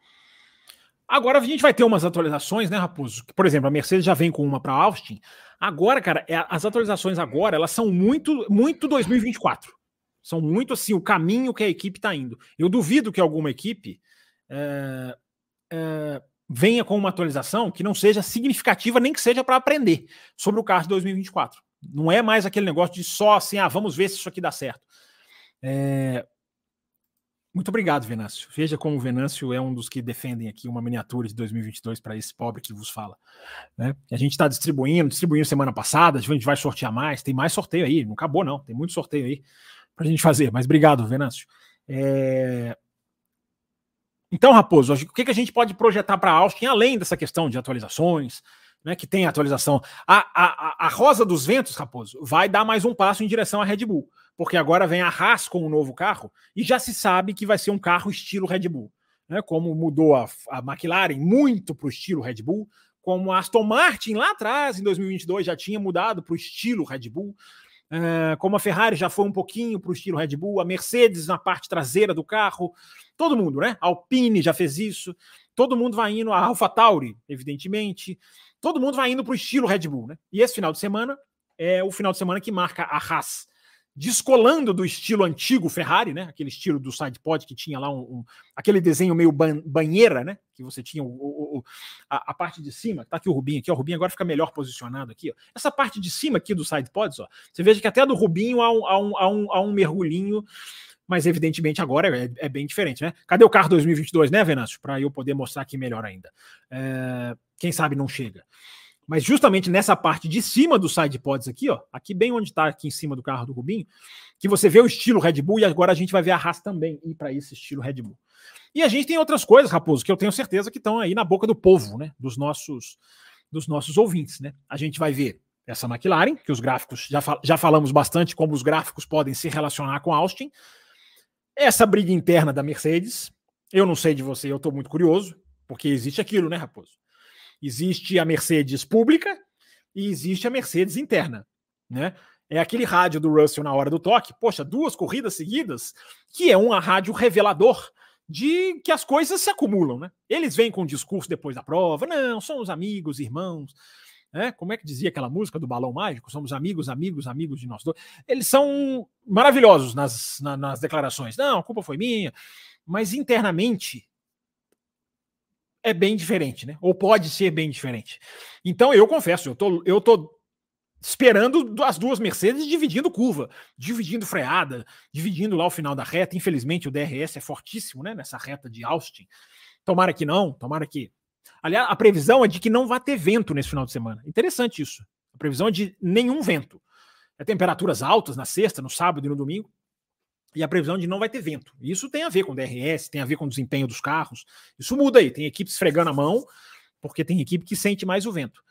Agora a gente vai ter umas atualizações, né, Raposo? Por exemplo, a Mercedes já vem com uma para Austin. Agora, cara, as atualizações agora, elas são muito, muito dois mil e vinte e quatro. São muito, assim, o caminho que a equipe está indo. Eu duvido que alguma equipe é, é, venha com uma atualização que não seja significativa, nem que seja para aprender sobre o carro de dois mil e vinte e quatro. Não é mais aquele negócio de só assim, ah, vamos ver se isso aqui dá certo. É... Muito obrigado, Venâncio. Veja como o Venâncio é um dos que defendem aqui uma miniatura de dois mil e vinte e dois para esse pobre que vos fala. Né? A gente está distribuindo, distribuindo semana passada, a gente vai sortear mais, tem mais sorteio aí, não acabou não, tem muito sorteio aí para a gente fazer, mas obrigado, Venâncio. É... Então, Raposo, o que, que a gente pode projetar para a Austin, além dessa questão de atualizações, né, que tem atualização? A, a, a Rosa dos Ventos, Raposo, vai dar mais um passo em direção à Red Bull, porque agora vem a Haas com um novo carro e já se sabe que vai ser um carro estilo Red Bull. Né, como mudou a, a McLaren muito para o estilo Red Bull, como a Aston Martin lá atrás, em dois mil e vinte e dois, já tinha mudado para o estilo Red Bull, uh, como a Ferrari já foi um pouquinho para o estilo Red Bull, a Mercedes na parte traseira do carro, todo mundo, né? A Alpine já fez isso, todo mundo vai indo, a AlphaTauri, evidentemente, todo mundo vai indo para o estilo Red Bull, né? E esse final de semana é o final de semana que marca a Haas descolando do estilo antigo Ferrari, né? Aquele estilo do sidepod que tinha lá um, um aquele desenho meio ban banheira, né? Que você tinha o, o, o, a, a parte de cima. Tá aqui o Rubinho aqui, ó. O Rubinho agora fica melhor posicionado aqui, ó. Essa parte de cima aqui do sidepods, ó. Você veja que até do Rubinho há um, há um, há um, há um mergulhinho, mas evidentemente agora é, é bem diferente, né? Cadê o carro dois mil e vinte e dois, né, Venâncio? Para eu poder mostrar aqui melhor ainda. É, quem sabe não chega. Mas justamente nessa parte de cima dos sidepods aqui, ó, aqui bem onde está aqui em cima do carro do Rubinho, que você vê o estilo Red Bull e agora a gente vai ver a Haas também ir para esse estilo Red Bull. E a gente tem outras coisas, Raposo, que eu tenho certeza que estão aí na boca do povo, né, dos nossos, dos nossos ouvintes, né? A gente vai ver essa McLaren, que os gráficos, já, fal já falamos bastante como os gráficos podem se relacionar com a Austin. Essa briga interna da Mercedes, eu não sei de você, eu estou muito curioso, porque existe aquilo, né, Raposo? Existe a Mercedes pública e existe a Mercedes interna, né? É aquele rádio do Russell na hora do toque, poxa, duas corridas seguidas, que é um rádio revelador de que as coisas se acumulam, né? Eles vêm com um discurso depois da prova, não, somos amigos, irmãos, né? Como é que dizia aquela música do Balão Mágico? Somos amigos, amigos, amigos de nós dois. Eles são maravilhosos nas, na, nas declarações. Não, a culpa foi minha, mas internamente é bem diferente, né? Ou pode ser bem diferente. Então, eu confesso, eu tô, eu tô esperando as duas Mercedes dividindo curva, dividindo freada, dividindo lá o final da reta. Infelizmente o D R S é fortíssimo, né, nessa reta de Austin. Tomara que não, tomara que... Aliás, a previsão é de que não vai ter vento nesse final de semana. Interessante isso. A previsão é de nenhum vento. É temperaturas altas na sexta, no sábado e no domingo. E a previsão é de não vai ter vento. Isso tem a ver com o D R S, tem a ver com o desempenho dos carros. Isso muda aí. Tem equipe esfregando a mão, porque tem equipe que sente mais o vento.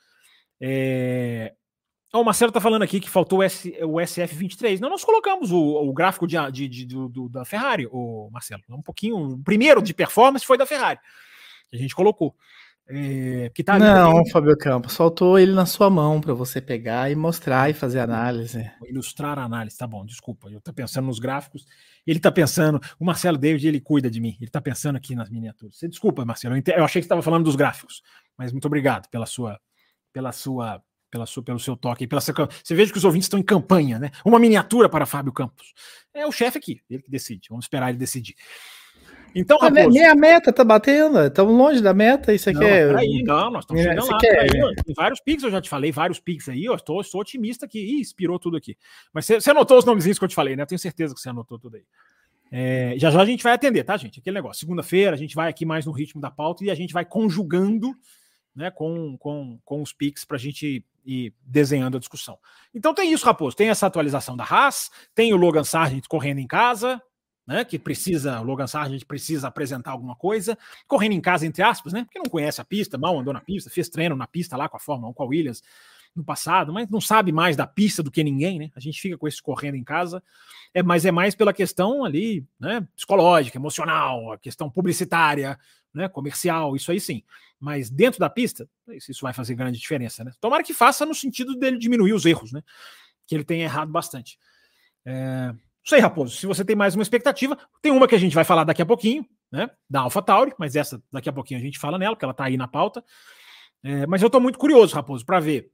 É... Oh, o Marcelo tá falando aqui que faltou o, S, o S F vinte e três. Não, nós colocamos o, o gráfico de, de, de, do, do, da Ferrari, o Marcelo. Um pouquinho. O primeiro de performance foi da Ferrari. A gente colocou. É, que tá ali não, também. Fábio Campos, faltou ele na sua mão para você pegar e mostrar e fazer análise. Ilustrar a análise, tá bom, desculpa. Eu tô pensando nos gráficos. Ele tá pensando. O Marcelo David, ele cuida de mim. Ele tá pensando aqui nas miniaturas. Você desculpa, Marcelo. Eu, ente, eu achei que você estava falando dos gráficos. Mas muito obrigado pela sua. Pela sua Pela sua, pelo seu toque. Pela sua, você veja que os ouvintes estão em campanha, né? Uma miniatura para Fábio Campos. É o chefe aqui, ele que decide. Vamos esperar ele decidir. Então, ah, Raposo, nem a meta tá batendo, estamos longe da meta. Isso aqui não, é. Peraí, não, nós estamos chegando lá. Quer... Peraí, tem vários pics, eu já te falei, vários pics aí. Eu estou, estou otimista que Ih, inspirou tudo aqui. Mas você, você anotou os nomezinhos que eu te falei, né? Eu tenho certeza que você anotou tudo aí. É, já já a gente vai atender, tá, gente? Aquele negócio. Segunda-feira a gente vai aqui mais no ritmo da pauta e a gente vai conjugando, né, com, com, com os pics para a gente ir desenhando a discussão. Então tem isso, Raposo. Tem essa atualização da Haas, tem o Logan Sargent correndo em casa, né, que precisa, o Logan Sargent precisa apresentar alguma coisa, correndo em casa, entre aspas, né, porque não conhece a pista, mal andou na pista, fez treino na pista lá com a Fórmula um, com a Williams no passado, mas não sabe mais da pista do que ninguém, né, a gente fica com esse correndo em casa, é, mas é mais pela questão ali, né, psicológica, emocional, a questão publicitária, né, comercial, isso aí sim, mas dentro da pista, isso vai fazer grande diferença, né, tomara que faça no sentido dele diminuir os erros, né, que ele tem errado bastante. É... Isso aí, Raposo, se você tem mais uma expectativa, tem uma que a gente vai falar daqui a pouquinho, né, da AlphaTauri, mas essa daqui a pouquinho a gente fala nela, porque ela tá aí na pauta, é, mas eu tô muito curioso, Raposo, para ver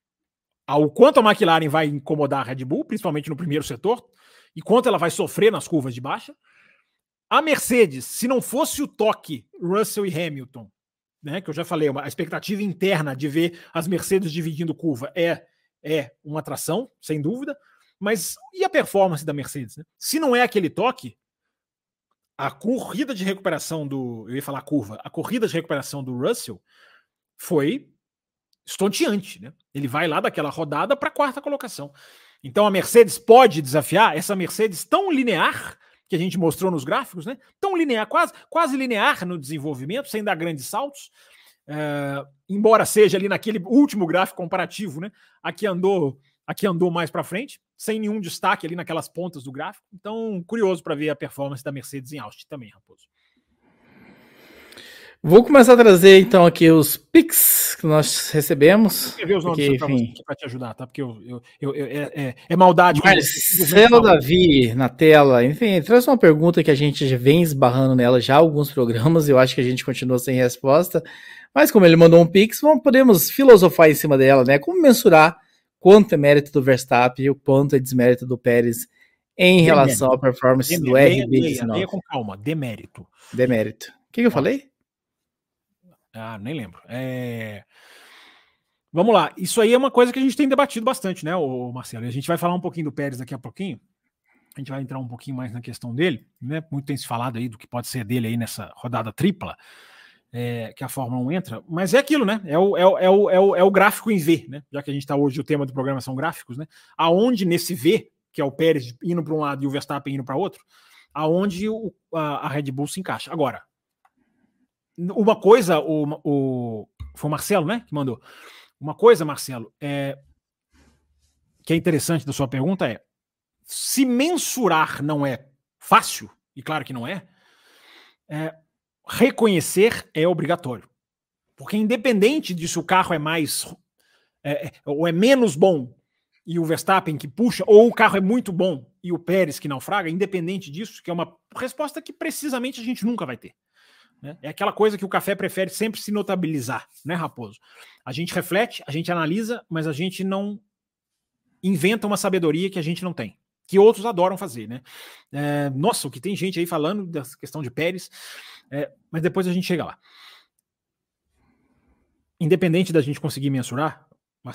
o quanto a McLaren vai incomodar a Red Bull, principalmente no primeiro setor, e quanto ela vai sofrer nas curvas de baixa. A Mercedes, se não fosse o toque Russell e Hamilton, né, que eu já falei, a expectativa interna de ver as Mercedes dividindo curva é, é uma atração, sem dúvida. Mas e a performance da Mercedes? Né? Se não é aquele toque, a corrida de recuperação do... Eu ia falar curva. A corrida de recuperação do Russell foi estonteante. Né? Ele vai lá daquela rodada para a quarta colocação. Então a Mercedes pode desafiar essa Mercedes tão linear que a gente mostrou nos gráficos, né? Tão linear, quase, quase linear no desenvolvimento, sem dar grandes saltos. É, embora seja ali naquele último gráfico comparativo, né? Aqui andou... Aqui andou mais para frente, sem nenhum destaque ali naquelas pontas do gráfico. Então, curioso para ver a performance da Mercedes em Austin também, Raposo. Vou começar a trazer, então, aqui os pics que nós recebemos. Eu ver os nomes para te ajudar, tá? Porque eu, eu, eu, eu é, é, é maldade. Marcelo Davi na tela. Enfim, traz uma pergunta que a gente já vem esbarrando nela já há alguns programas. Eu acho que a gente continua sem resposta. Mas como ele mandou um pix, vamos, podemos filosofar em cima dela, né? Como mensurar quanto é mérito do Verstappen e o quanto é desmérito do Pérez em demérito. Relação à performance demérito. do R B dezenove. Leia com calma, demérito. Demérito. O que, que eu falei? Ah, nem lembro. É... Vamos lá, isso aí é uma coisa que a gente tem debatido bastante, né, o Marcelo? E a gente vai falar um pouquinho do Pérez daqui a pouquinho. A gente vai entrar um pouquinho mais na questão dele, né? Muito tem se falado aí do que pode ser dele aí nessa rodada tripla. É, que a Fórmula um entra, mas é aquilo, né? É o, é o, é o, é o, é o gráfico em V, né? Já que a gente está hoje, o tema do programa são gráficos, né? Aonde nesse V, que é o Pérez indo para um lado e o Verstappen indo para outro, aonde o, a, a Red Bull se encaixa. Agora, uma coisa, o, o, foi o Marcelo, né? Que mandou. Uma coisa, Marcelo, é, que é interessante da sua pergunta é: se mensurar não é fácil, e claro que não é, é reconhecer é obrigatório. Porque independente de se o carro é mais é, ou é menos bom e o Verstappen que puxa, ou o carro é muito bom e o Pérez que naufraga, independente disso, que é uma resposta que precisamente a gente nunca vai ter. Né? É aquela coisa que o café prefere sempre se notabilizar, né, Raposo? A gente reflete, a gente analisa, mas a gente não inventa uma sabedoria que a gente não tem, que outros adoram fazer, né? É, nossa, o que tem gente aí falando dessa questão de Pérez, é, mas depois a gente chega lá. Independente da gente conseguir mensurar, Marcelo,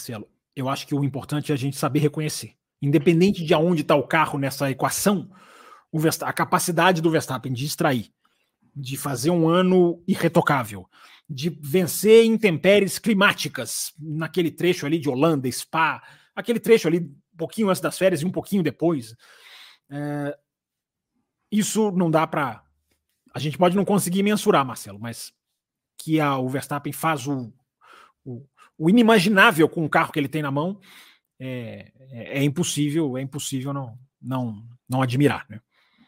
eu acho que o importante é a gente saber reconhecer. Independente de aonde está o carro nessa equação, o a capacidade do Verstappen de extrair, de fazer um ano irretocável, de vencer intempéries climáticas naquele trecho ali de Holanda, Spa, aquele trecho ali um pouquinho antes das férias e um pouquinho depois. É, isso não dá para... A gente pode não conseguir mensurar, Marcelo, mas que a, o Verstappen faz o, o, o inimaginável com o carro que ele tem na mão, é, é, é impossível, é impossível não, não, não admirar, né?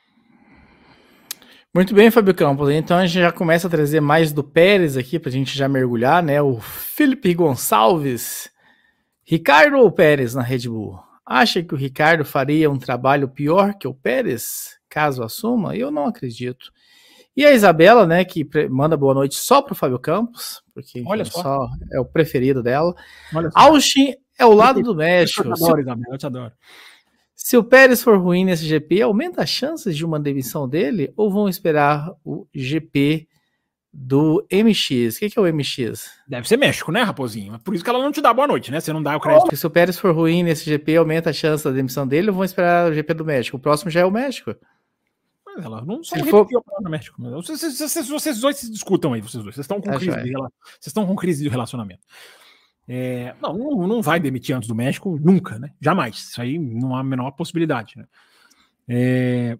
Muito bem, Fábio Campos. Então a gente já começa a trazer mais do Pérez aqui para a gente já mergulhar, né? O Felipe Gonçalves. Ricardo ou Pérez na Red Bull? Acha que o Ricardo faria um trabalho pior que o Pérez, caso assuma? Eu não acredito. E a Isabela, né, que manda boa noite só para o Fábio Campos, porque Olha só. só é o preferido dela. Olha só. Austin é o lado do México. Eu te adoro, Isabela, eu te adoro. Se o Pérez for ruim nesse G P, aumenta as chances de uma demissão dele ou vão esperar o G P do M X? O que, que é o M X? Deve ser México, né, Raposinho? Por isso que ela não te dá boa noite, né? Você não dá o crédito. Oh, se o Pérez for ruim nesse G P, aumenta a chance da demissão dele ou vão esperar o G P do México? O próximo já é o México. Mas ela não são for... no México. Vocês, vocês, vocês dois se discutam aí, vocês dois. Vocês estão com, crise de, vocês estão com crise de relacionamento. É, não, não, não vai demitir antes do México nunca, né? Jamais. Isso aí não há a menor possibilidade, né? É...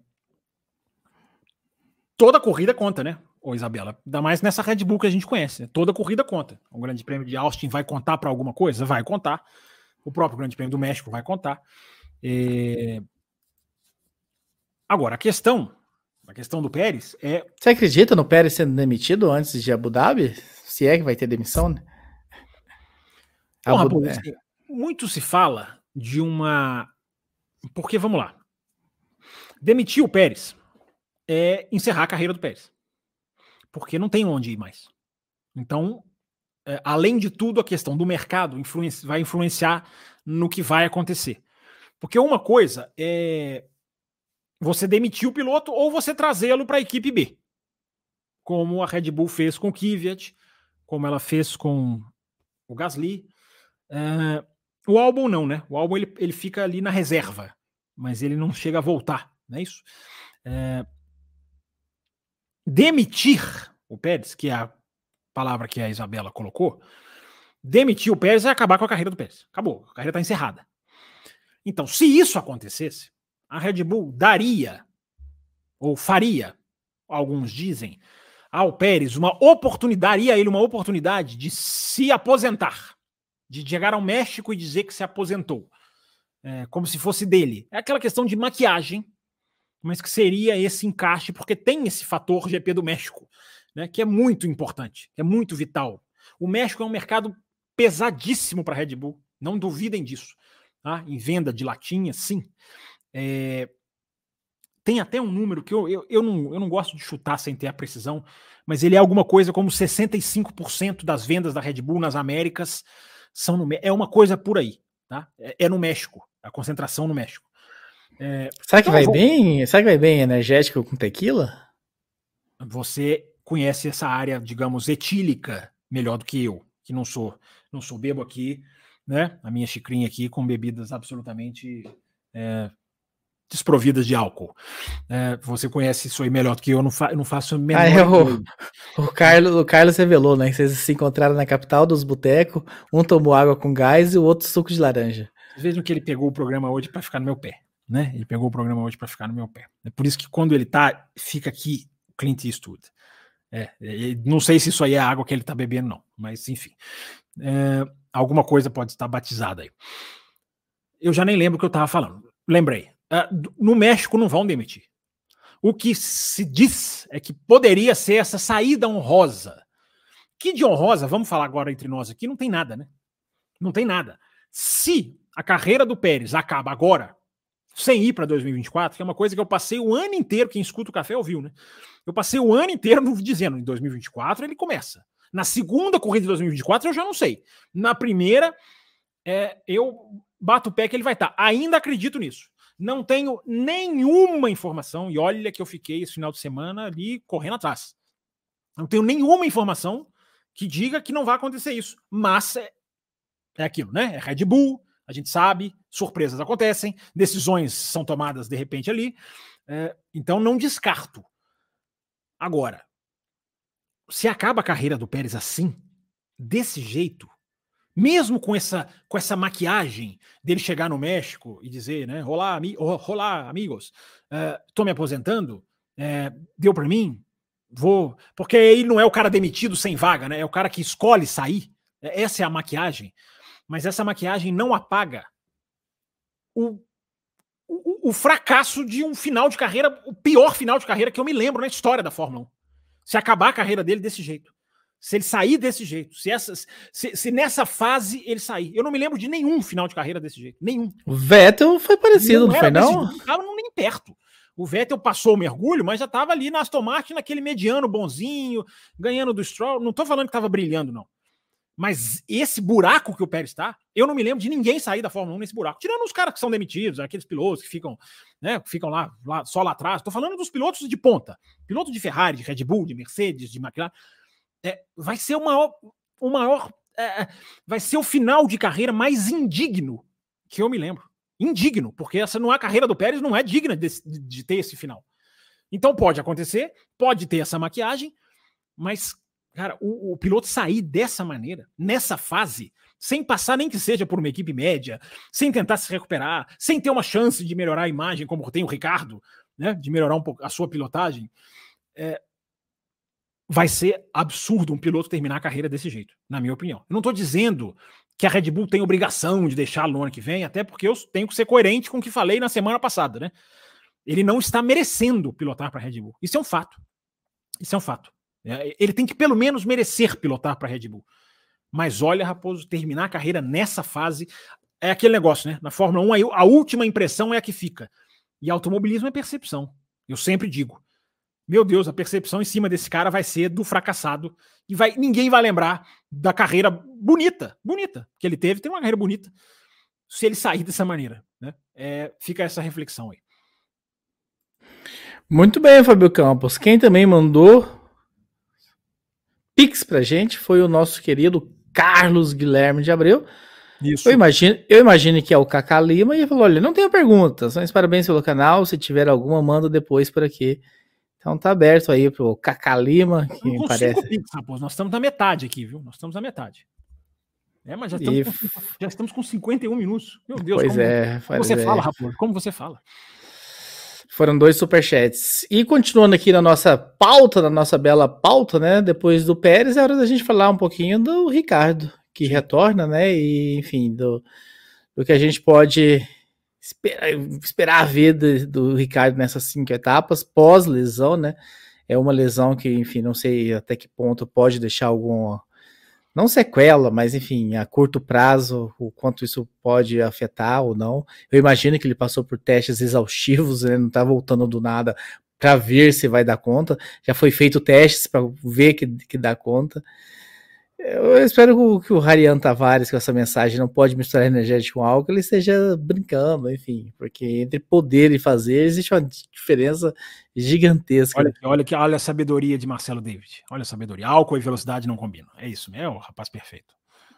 Toda corrida conta, né, ô Isabela? Ainda mais nessa Red Bull que a gente conhece. Né? Toda corrida conta. O Grande Prêmio de Austin vai contar para alguma coisa? Vai contar. O próprio Grande Prêmio do México vai contar. É... Agora, a questão, a questão do Pérez é... Você acredita no Pérez sendo demitido antes de Abu Dhabi? Se é que vai ter demissão, né? Bom, Raposo, assim, muito se fala de uma... Porque, vamos lá. Demitir o Pérez é encerrar a carreira do Pérez. Porque não tem onde ir mais. Então, é, além de tudo, a questão do mercado influenci... vai influenciar no que vai acontecer. Porque uma coisa é você demitir o piloto ou você trazê-lo para a equipe B. Como a Red Bull fez com o Kvyat, como ela fez com o Gasly. Uh, o Albon não, né? O Albon ele, ele fica ali na reserva, mas ele não chega a voltar, não é isso? Uh, demitir o Pérez, que é a palavra que a Isabela colocou, demitir o Pérez é acabar com a carreira do Pérez. Acabou, a carreira está encerrada. Então, se isso acontecesse, a Red Bull daria, ou faria, alguns dizem, ao Pérez uma oportunidade, daria a ele uma oportunidade de se aposentar. De chegar ao México e dizer que se aposentou. É, como se fosse dele. É aquela questão de maquiagem, mas que seria esse encaixe, porque tem esse fator G P do México, né, que é muito importante, que é muito vital. O México é um mercado pesadíssimo para a Red Bull, não duvidem disso. Tá? Em venda de latinha, sim. É, tem até um número que eu, eu, eu, não, eu não gosto de chutar sem ter a precisão, mas ele é alguma coisa como sessenta e cinco por cento das vendas da Red Bull nas Américas são no, é uma coisa por aí, tá? É, é no México, a concentração no México. É, será que então vai vou... bem? Será que vai bem energético com tequila? Você conhece essa área, digamos, etílica melhor do que eu, que não sou, não sou bebo aqui, né? A minha xicrinha aqui com bebidas absolutamente é, desprovidas de álcool. É, você conhece isso aí melhor do que eu, eu não, fa eu não faço menor. Ah, é o, o, Carlos, o Carlos revelou, né? Que vocês se encontraram na capital dos botecos, um tomou água com gás e o outro suco de laranja. Vocês vejam que ele pegou o programa hoje para ficar no meu pé, né? Ele pegou o programa hoje para ficar no meu pé. É por isso que quando ele tá, fica aqui o Clint Eastwood. É, não sei se isso aí é a água que ele tá bebendo, não. Mas, enfim. É, alguma coisa pode estar batizada aí. Eu já nem lembro o que eu tava falando. Lembrei. Uh, no México não vão demitir. O que se diz é que poderia ser essa saída honrosa. Que de honrosa, vamos falar agora entre nós aqui, não tem nada, né? Não tem nada. Se a carreira do Pérez acaba agora, sem ir para dois mil e vinte e quatro, que é uma coisa que eu passei o ano inteiro, quem escuta o café ouviu, né? Eu passei o ano inteiro dizendo, em dois mil e vinte e quatro ele começa. Na segunda corrida de dois mil e vinte e quatro eu já não sei. Na primeira, é, eu bato o pé que ele vai estar. Ainda acredito nisso. Não tenho nenhuma informação, e olha que eu fiquei esse final de semana ali correndo atrás. Não tenho nenhuma informação que diga que não vai acontecer isso. Mas é, é aquilo, né? É Red Bull, a gente sabe, surpresas acontecem, decisões são tomadas de repente ali, é, então não descarto. Agora, se acaba a carreira do Pérez assim, desse jeito, mesmo com essa, com essa maquiagem dele chegar no México e dizer, né, olá, ami olá amigos, uh, tô me aposentando, uh, deu para mim, vou... Porque ele não é o cara demitido sem vaga, né? É o cara que escolhe sair. Essa é a maquiagem. Mas essa maquiagem não apaga o, o, o fracasso de um final de carreira, o pior final de carreira que eu me lembro na história da Fórmula um. Se acabar a carreira dele desse jeito. Se ele sair desse jeito. Se, essas, se, se nessa fase ele sair. Eu não me lembro de nenhum final de carreira desse jeito. Nenhum. O Vettel foi parecido, não, não foi não? Não estava nem perto. O Vettel passou o mergulho, mas já estava ali na Aston Martin, naquele mediano bonzinho, ganhando do Stroll. Não estou falando que estava brilhando, não. Mas esse buraco que o Pérez está, eu não me lembro de ninguém sair da Fórmula um nesse buraco. Tirando os caras que são demitidos, aqueles pilotos que ficam, né, ficam lá, lá, só lá atrás. Estou falando dos pilotos de ponta. Piloto de Ferrari, de Red Bull, de Mercedes, de McLaren. É, vai ser o maior... O maior é, vai ser o final de carreira mais indigno que eu me lembro. Indigno, porque essa não é a carreira do Pérez, não é digna de, de ter esse final. Então pode acontecer, pode ter essa maquiagem, mas, cara, o, o piloto sair dessa maneira, nessa fase, sem passar nem que seja por uma equipe média, sem tentar se recuperar, sem ter uma chance de melhorar a imagem, como tem o Ricardo, né, de melhorar um pouco a sua pilotagem, é, vai ser absurdo um piloto terminar a carreira desse jeito, na minha opinião. Eu não estou dizendo que a Red Bull tem obrigação de deixá-lo no ano que vem, até porque eu tenho que ser coerente com o que falei na semana passada, né? Ele não está merecendo pilotar para a Red Bull. Isso é um fato. Isso é um fato. Ele tem que pelo menos merecer pilotar para a Red Bull. Mas olha, Raposo, terminar a carreira nessa fase é aquele negócio, né? Na Fórmula um, a última impressão é a que fica. E automobilismo é percepção. Eu sempre digo. Meu Deus, a percepção em cima desse cara vai ser do fracassado. E vai, ninguém vai lembrar da carreira bonita, bonita, que ele teve. Tem uma carreira bonita. Se ele sair dessa maneira, né? É, fica essa reflexão aí. Muito bem, Fábio Campos. Quem também mandou Pix pra gente foi o nosso querido Carlos Guilherme de Abreu. Isso. Eu imagino, eu imagino que é o Cacá Lima. E ele falou: olha, não tenho perguntas, mas parabéns pelo canal. Se tiver alguma, manda depois por aqui. Então tá aberto aí pro Cacá Lima, que me parece. Pix, rapaz. Nós estamos na metade aqui, viu? Nós estamos na metade. É, mas já estamos, e... com, já estamos com cinquenta e um minutos. Meu Deus, pois como, é, como você é. fala, Raposo? Como você fala? Foram dois superchats. E continuando aqui na nossa pauta, na nossa bela pauta, né? Depois do Pérez, é hora da gente falar um pouquinho do Ricardo, que retorna, né? E, enfim, do, do que a gente pode esperar, esperar ver do, do Ricardo nessas cinco etapas, pós-lesão, né? É uma lesão que, enfim, não sei até que ponto pode deixar algum... não sequela, mas enfim, a curto prazo, o quanto isso pode afetar ou não. Eu imagino que ele passou por testes exaustivos, né? Não está voltando do nada para ver se vai dar conta. Já foi feito testes para ver que, que dá conta. Eu espero que o, que o Rarian Tavares, com essa mensagem, não pode misturar energético com álcool, ele esteja brincando, enfim, porque entre poder e fazer existe uma diferença gigantesca. Olha, olha, que, olha a sabedoria de Marcelo David. Olha a sabedoria. Álcool e velocidade não combinam. É isso, é o rapaz perfeito.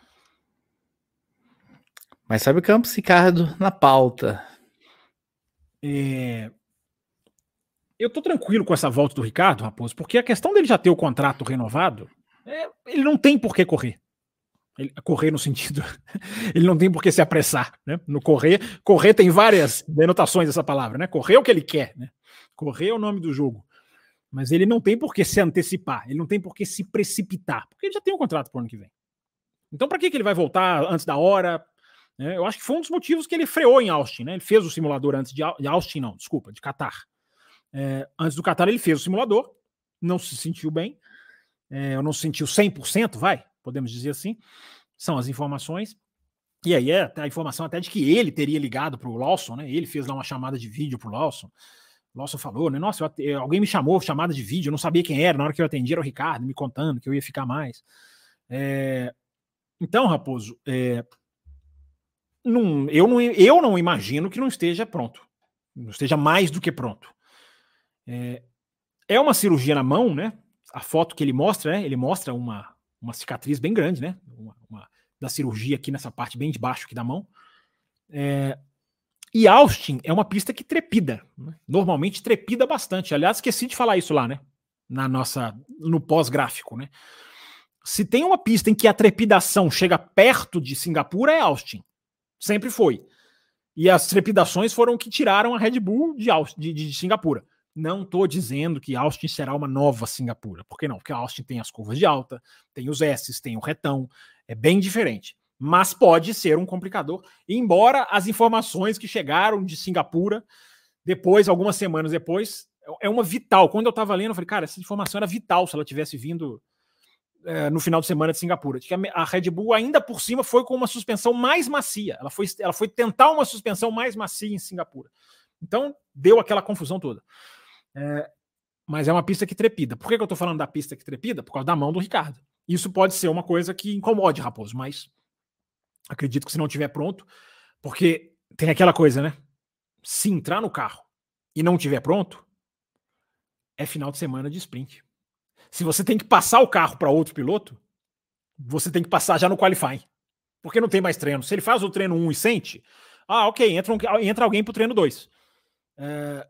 Mas sabe o Campos, Ricardo, na pauta. É... Eu tô tranquilo com essa volta do Ricardo, Raposo, porque a questão dele já ter o contrato renovado, é... ele não tem por que correr. Ele, correr no sentido... ele não tem por que se apressar, né? No correr, correr tem várias denotações dessa palavra, né? Correr é o que ele quer, né? Correr é o nome do jogo. Mas ele não tem por que se antecipar, ele não tem por que se precipitar, porque ele já tem um contrato pro ano que vem. Então para que, que ele vai voltar antes da hora? É, eu acho que foi um dos motivos que ele freou em Austin, né? Ele fez o simulador antes de, de Austin, não, desculpa, de Qatar. É, antes do Qatar ele fez o simulador, não se sentiu bem, é, não se sentiu cem por cento, vai, podemos dizer assim, são as informações. E aí é a informação até de que ele teria ligado pro Lawson, né? Ele fez lá uma chamada de vídeo pro Lawson. O Lawson falou, né? Nossa, eu, alguém me chamou, chamada de vídeo, eu não sabia quem era, na hora que eu atendi era o Ricardo, me contando que eu ia ficar mais. É, então, Raposo, é, não, eu, não, eu não imagino que não esteja pronto, não esteja mais do que pronto. É, é uma cirurgia na mão, né? A foto que ele mostra, né? Ele mostra uma, uma cicatriz bem grande, né? Uma, uma, da cirurgia aqui nessa parte bem de baixo aqui da mão. É, e Austin é uma pista que trepida, né? Normalmente trepida bastante. Aliás, esqueci de falar isso lá, né? Na nossa, no pós-gráfico, né? Se tem uma pista em que a trepidação chega perto de Singapura, é Austin. Sempre foi. E as trepidações foram que tiraram a Red Bull de, Austin, de, de Singapura. Não estou dizendo que Austin será uma nova Singapura. Por que não? Porque Austin tem as curvas de alta, tem os S's, tem o retão. É bem diferente. Mas pode ser um complicador. Embora as informações que chegaram de Singapura, depois, algumas semanas depois, é uma vital. Quando eu estava lendo, eu falei, cara, essa informação era vital se ela tivesse vindo é, no final de semana de Singapura. A Red Bull, ainda por cima, foi com uma suspensão mais macia. Ela foi, ela foi tentar uma suspensão mais macia em Singapura. Então, deu aquela confusão toda. É, mas é uma pista que trepida. Por que, que eu estou falando da pista que trepida? Por causa da mão do Ricardo. Isso pode ser uma coisa que incomode, Raposo, mas acredito que se não estiver pronto, porque tem aquela coisa, né? Se entrar no carro e não estiver pronto, é final de semana de sprint. Se você tem que passar o carro para outro piloto, você tem que passar já no qualifying, porque não tem mais treino. Se ele faz o treino um e sente, ah, ok, entra, um, entra alguém para o treino dois. É...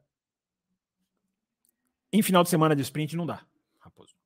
Em final de semana de sprint não dá, Raposo.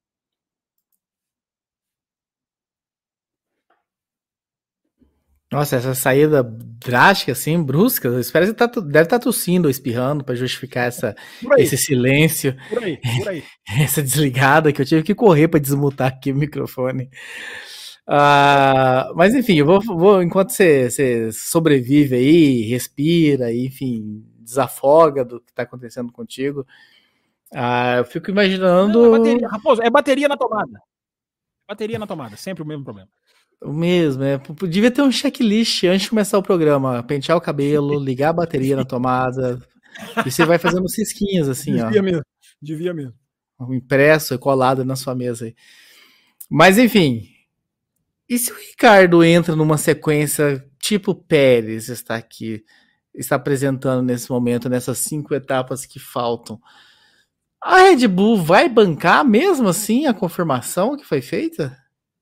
Nossa, essa saída drástica, assim, brusca, eu espero que você tá, deve estar tá tossindo ou espirrando para justificar essa, esse silêncio. Por aí, por aí. Essa desligada que eu tive que correr para desmutar aqui o microfone. Uh, mas enfim, eu vou, vou enquanto você, você sobrevive aí, respira, e, enfim, desafoga do que está acontecendo contigo, uh, eu fico imaginando... Não, é bateria, Raposo, é bateria na tomada. Bateria na tomada, sempre o mesmo problema. O mesmo, é. Devia ter um checklist antes de começar o programa. Pentear o cabelo, ligar a bateria na tomada. E você vai fazendo cisquinhos assim, Devia ó. Devia mesmo, devia mesmo. Impresso e colado na sua mesa aí. Mas enfim. E se o Ricardo entra numa sequência tipo Pérez está aqui, está apresentando nesse momento, nessas cinco etapas que faltam? A Red Bull vai bancar mesmo assim a confirmação que foi feita?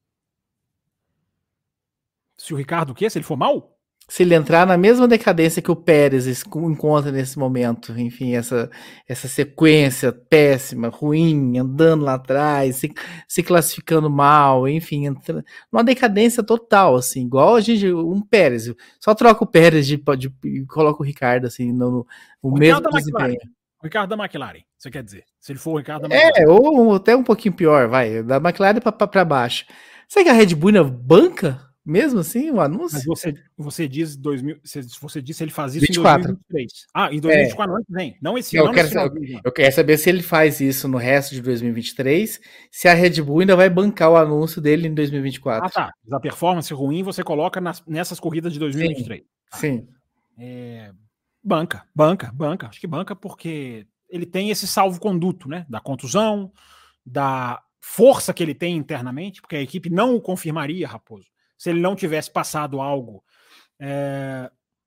Se o Ricardo o quê? Se ele for mal? Se ele entrar na mesma decadência que o Pérez encontra nesse momento, enfim, essa, essa sequência péssima, ruim, andando lá atrás, se, se classificando mal, enfim, entra numa decadência total, assim, igual a gente, um Pérez, só troca o Pérez de, de, e coloca o Ricardo, assim, no, no o mesmo desempenho. O Ricardo da McLaren, você quer dizer? Se ele for o Ricardo da McLaren. É, ou até um pouquinho pior, vai, da McLaren para baixo. Será que a Red Bull banca? Mesmo assim, o anúncio? Mas você, você diz dois mil, você disse ele faz isso vinte e quatro. Em dois mil e vinte e três. Ah, em dois mil e vinte e quatro, é. Não vem. Não esse eu ano. Quero, eu, eu quero saber se ele faz isso no resto de dois mil e vinte e três, se a Red Bull ainda vai bancar o anúncio dele em dois mil e vinte e quatro. Ah, tá. A performance ruim você coloca nas, nessas corridas de dois mil e vinte e três. Sim. Tá. Sim. É, banca, banca, banca. Acho que banca porque ele tem esse salvo-conduto, né? Da contusão, da força que ele tem internamente, porque a equipe não o confirmaria, Raposo, se ele não tivesse passado algo é,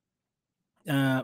é,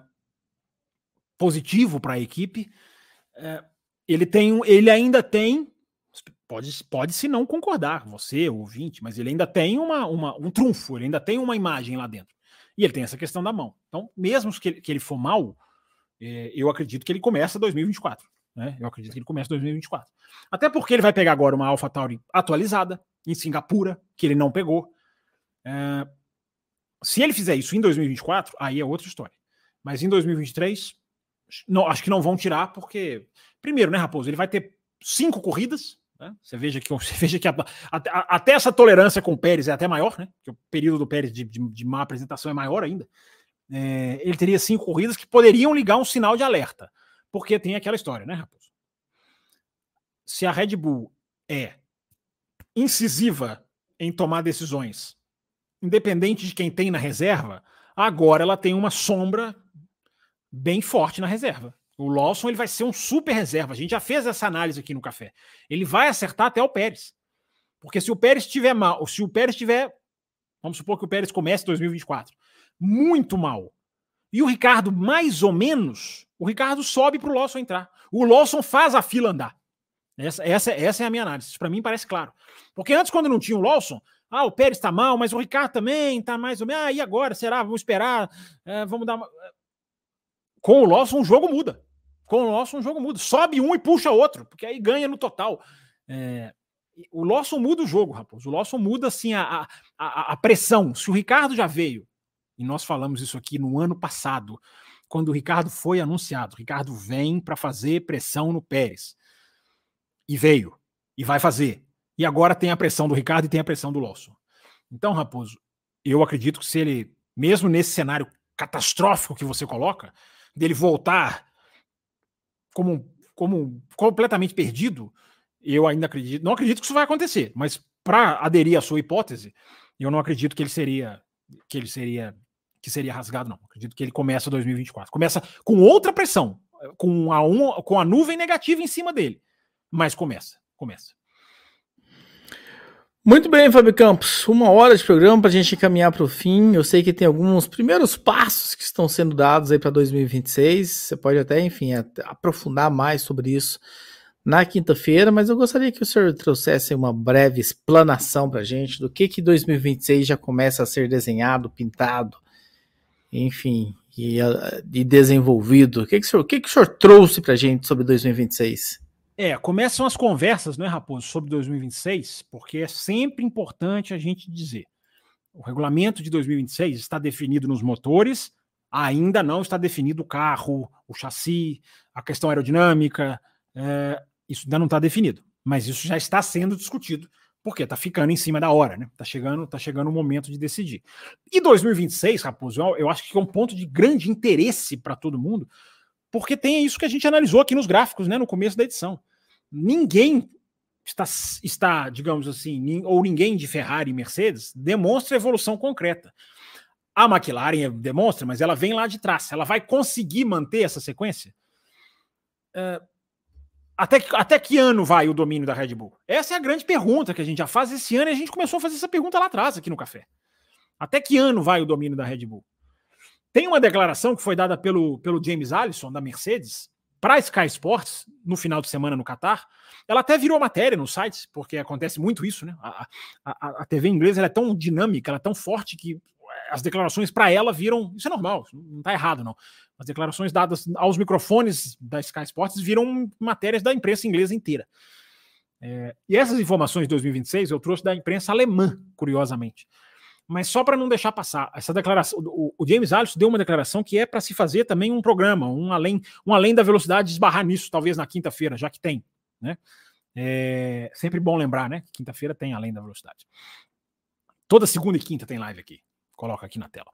positivo para a equipe. É, ele, tem, ele ainda tem, pode, pode se não concordar, você, o ouvinte, mas ele ainda tem uma, uma, um trunfo, ele ainda tem uma imagem lá dentro. E ele tem essa questão da mão. Então, mesmo que ele, que ele for mal, é, eu acredito que ele começa dois mil e vinte e quatro. Né? Eu acredito que ele começa dois mil e vinte e quatro. Até porque ele vai pegar agora uma AlphaTauri atualizada, em Singapura, que ele não pegou. É, se ele fizer isso em dois mil e vinte e quatro, aí é outra história. Mas em dois mil e vinte e três, não, acho que não vão tirar, porque, primeiro, né, Raposo, ele vai ter cinco corridas, né? Você veja que, você veja que a, a, a, até essa tolerância com o Pérez é até maior, né? Que o período do Pérez de, de, de má apresentação é maior ainda. É, ele teria cinco corridas que poderiam ligar um sinal de alerta, porque tem aquela história, né, Raposo? Se a Red Bull é incisiva em tomar decisões, independente de quem tem na reserva, agora ela tem uma sombra bem forte na reserva. O Lawson ele vai ser um super reserva. A gente já fez essa análise aqui no café. Ele vai acertar até o Pérez. Porque se o Pérez estiver mal, se o Pérez estiver, vamos supor que o Pérez comece em dois mil e vinte e quatro, muito mal, e o Ricardo mais ou menos, o Ricardo sobe para o Lawson entrar. O Lawson faz a fila andar. Essa, essa, essa é a minha análise. Isso para mim parece claro. Porque antes, quando não tinha o Lawson, Ah, o Pérez está mal, mas o Ricardo também está mais ou menos. Ah, e agora? Será? Vamos esperar. É, vamos dar uma... Com o Lawson, o jogo muda. Com o Lawson, o jogo muda. Sobe um e puxa outro, porque aí ganha no total. É... O Lawson muda o jogo, Raposo. O Lawson muda, assim, a, a, a pressão. Se o Ricardo já veio, e nós falamos isso aqui no ano passado, quando o Ricardo foi anunciado, o Ricardo vem para fazer pressão no Pérez. E veio. E vai fazer. E agora tem a pressão do Ricardo e tem a pressão do Lawson. Então, Raposo, eu acredito que se ele, mesmo nesse cenário catastrófico que você coloca, dele voltar como, como completamente perdido, eu ainda acredito, não acredito que isso vai acontecer, mas para aderir à sua hipótese, eu não acredito que ele seria, que ele seria, que seria rasgado, não. Acredito que ele começa dois mil e vinte e quatro. Começa com outra pressão, com a, um, com a nuvem negativa em cima dele, mas começa, começa. Muito bem, Fábio Campos, uma hora de programa para a gente encaminhar para o fim. Eu sei que tem alguns primeiros passos que estão sendo dados aí para dois mil e vinte e seis. Você pode até, enfim, aprofundar mais sobre isso na quinta-feira, mas eu gostaria que o senhor trouxesse uma breve explanação para a gente do que que dois mil e vinte e seis já começa a ser desenhado, pintado, enfim, e, e desenvolvido. O que que o senhor, o que que o senhor trouxe para a gente sobre dois mil e vinte e seis? É, começam as conversas, né, Raposo, sobre dois mil e vinte e seis, porque é sempre importante a gente dizer. O regulamento de dois mil e vinte e seis está definido nos motores, ainda não está definido o carro, o chassi, a questão aerodinâmica, é, isso ainda não está definido, mas isso já está sendo discutido, porque está ficando em cima da hora, né? Está chegando, tá chegando o momento de decidir. E dois mil e vinte e seis, Raposo, eu, eu acho que é um ponto de grande interesse para todo mundo, porque tem isso que a gente analisou aqui nos gráficos, né, no começo da edição. Ninguém está, está, digamos assim, ou ninguém de Ferrari e Mercedes demonstra evolução concreta. A McLaren demonstra, mas ela vem lá de trás. Ela vai conseguir manter essa sequência? Uh, até, que, até que ano vai o domínio da Red Bull? Essa é a grande pergunta que a gente já faz esse ano, e a gente começou a fazer essa pergunta lá atrás, aqui no Café. Até que ano vai o domínio da Red Bull? Tem uma declaração que foi dada pelo, pelo James Allison, da Mercedes, para a Sky Sports, no final de semana no Catar. Ela até virou matéria nos sites, porque acontece muito isso, né? A, a, a T V inglesa ela é tão dinâmica, ela é tão forte que as declarações para ela viram... Isso é normal, não está errado, não. As declarações dadas aos microfones da Sky Sports viram matérias da imprensa inglesa inteira. É, e essas informações de dois mil e vinte e seis eu trouxe da imprensa alemã, curiosamente. Mas só para não deixar passar, essa declaração, o, o James Allison deu uma declaração que é para se fazer também um programa, um além, um além da velocidade, esbarrar nisso, talvez na quinta-feira, já que tem, né? É sempre bom lembrar, né? Quinta-feira tem além da velocidade. Toda segunda e quinta tem live aqui. Coloca aqui na tela.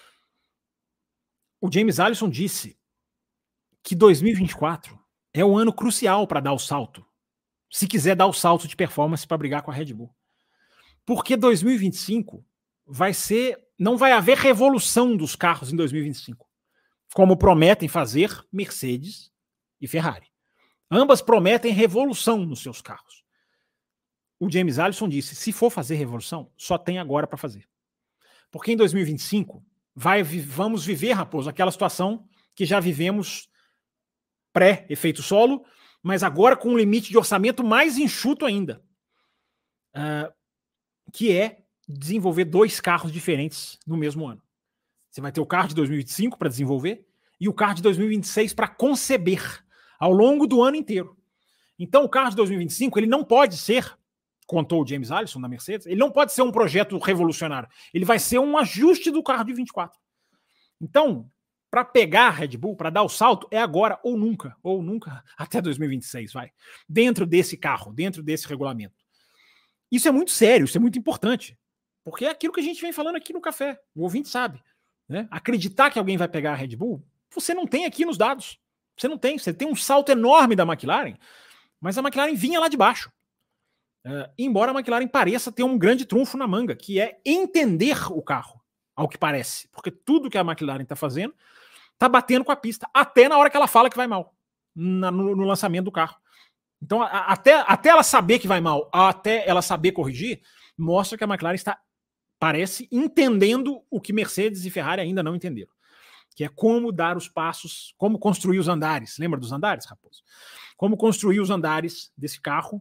O James Allison disse que dois mil e vinte e quatro é um ano crucial para dar o salto, se quiser dar o salto de performance para brigar com a Red Bull. Porque dois mil e vinte e cinco vai ser, não vai haver revolução dos carros em dois mil e vinte e cinco, como prometem fazer Mercedes e Ferrari. Ambas prometem revolução nos seus carros. O James Allison disse, se for fazer revolução, só tem agora para fazer. Porque em dois mil e vinte e cinco vai, vamos viver, Raposo, aquela situação que já vivemos pré-efeito solo, mas agora com um limite de orçamento mais enxuto ainda, uh, que é desenvolver dois carros diferentes no mesmo ano. Você vai ter o carro de dois mil e vinte e cinco para desenvolver e o carro de dois mil e vinte e seis para conceber ao longo do ano inteiro. Então o carro de dois mil e vinte e cinco ele não pode ser, contou o James Allison da Mercedes, ele não pode ser um projeto revolucionário. Ele vai ser um ajuste do carro de vinte e quatro. Então, para pegar a Red Bull, para dar o salto, é agora ou nunca, ou nunca até dois mil e vinte e seis, vai. Dentro desse carro, dentro desse regulamento. Isso é muito sério, isso é muito importante. Porque é aquilo que a gente vem falando aqui no Café. O ouvinte sabe. Né? Acreditar que alguém vai pegar a Red Bull, você não tem aqui nos dados. Você não tem. Você tem um salto enorme da McLaren, mas a McLaren vinha lá de baixo. Uh, embora a McLaren pareça ter um grande trunfo na manga, que é entender o carro, ao que parece. Porque tudo que a McLaren está fazendo está batendo com a pista, até na hora que ela fala que vai mal, na, no, no lançamento do carro. Então, a, até, até ela saber que vai mal, até ela saber corrigir, mostra que a McLaren está, parece, entendendo o que Mercedes e Ferrari ainda não entenderam. Que é como dar os passos, como construir os andares. Lembra dos andares, Raposo? Como construir os andares desse carro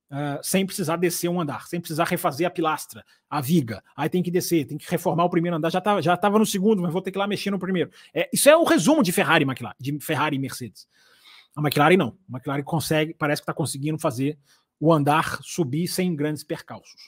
uh, sem precisar descer um andar, sem precisar refazer a pilastra, a viga. Aí tem que descer, tem que reformar o primeiro andar. Já estava já tava no segundo, mas vou ter que ir lá mexer no primeiro. É, isso é o resumo de Ferrari e McLaren, de Ferrari e Mercedes. A McLaren não. A McLaren consegue, parece que está conseguindo fazer o andar subir sem grandes percalços.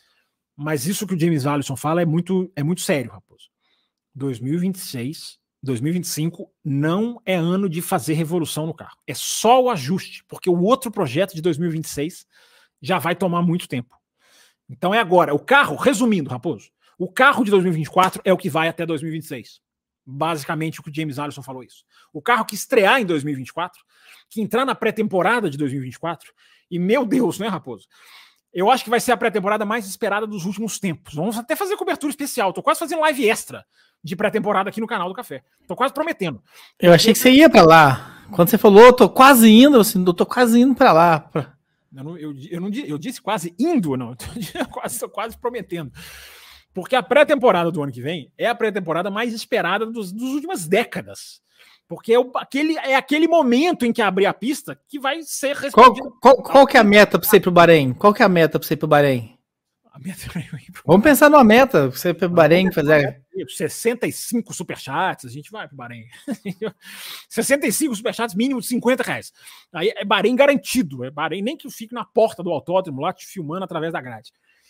Mas isso que o James Allison fala é muito, é muito sério, Raposo. dois mil e vinte e seis, dois mil e vinte e cinco não é ano de fazer revolução no carro. É só o ajuste, porque o outro projeto de dois mil e vinte e seis já vai tomar muito tempo. Então é agora. O carro, resumindo, Raposo, o carro de dois mil e vinte e quatro é o que vai até dois mil e vinte e seis. Basicamente o que o James Allison falou isso. O carro que estrear em dois mil e vinte e quatro, que entrar na pré-temporada de dois mil e vinte e quatro, e meu Deus, né, Raposo? Eu acho que vai ser a pré-temporada mais esperada dos últimos tempos. Vamos até fazer cobertura especial. Tô quase fazendo live extra de pré-temporada aqui no canal do Café. Tô quase prometendo. Eu achei que você ia pra lá. Quando você falou, tô quase indo, assim, eu tô quase indo pra lá. Pra... Eu, não, eu, eu, não, eu disse quase indo, não. Eu quase, tô quase prometendo. Porque a pré-temporada do ano que vem é a pré-temporada mais esperada dos, dos últimas décadas. Porque é, o, aquele, é aquele momento em que abrir a pista que vai ser respondido. Qual, qual, qual que é a meta pra você ir pro Bahrein? Qual que é a meta pra você ir pro Bahrein? A meta Vamos pensar numa meta pra você ir pro Bahrein fazer. sessenta e cinco superchats, a gente vai pro Bahrein. sessenta e cinco superchats, mínimo de cinquenta reais. Aí é Bahrein garantido. É Bahrein, nem que eu fique na porta do autódromo lá te filmando através da grade.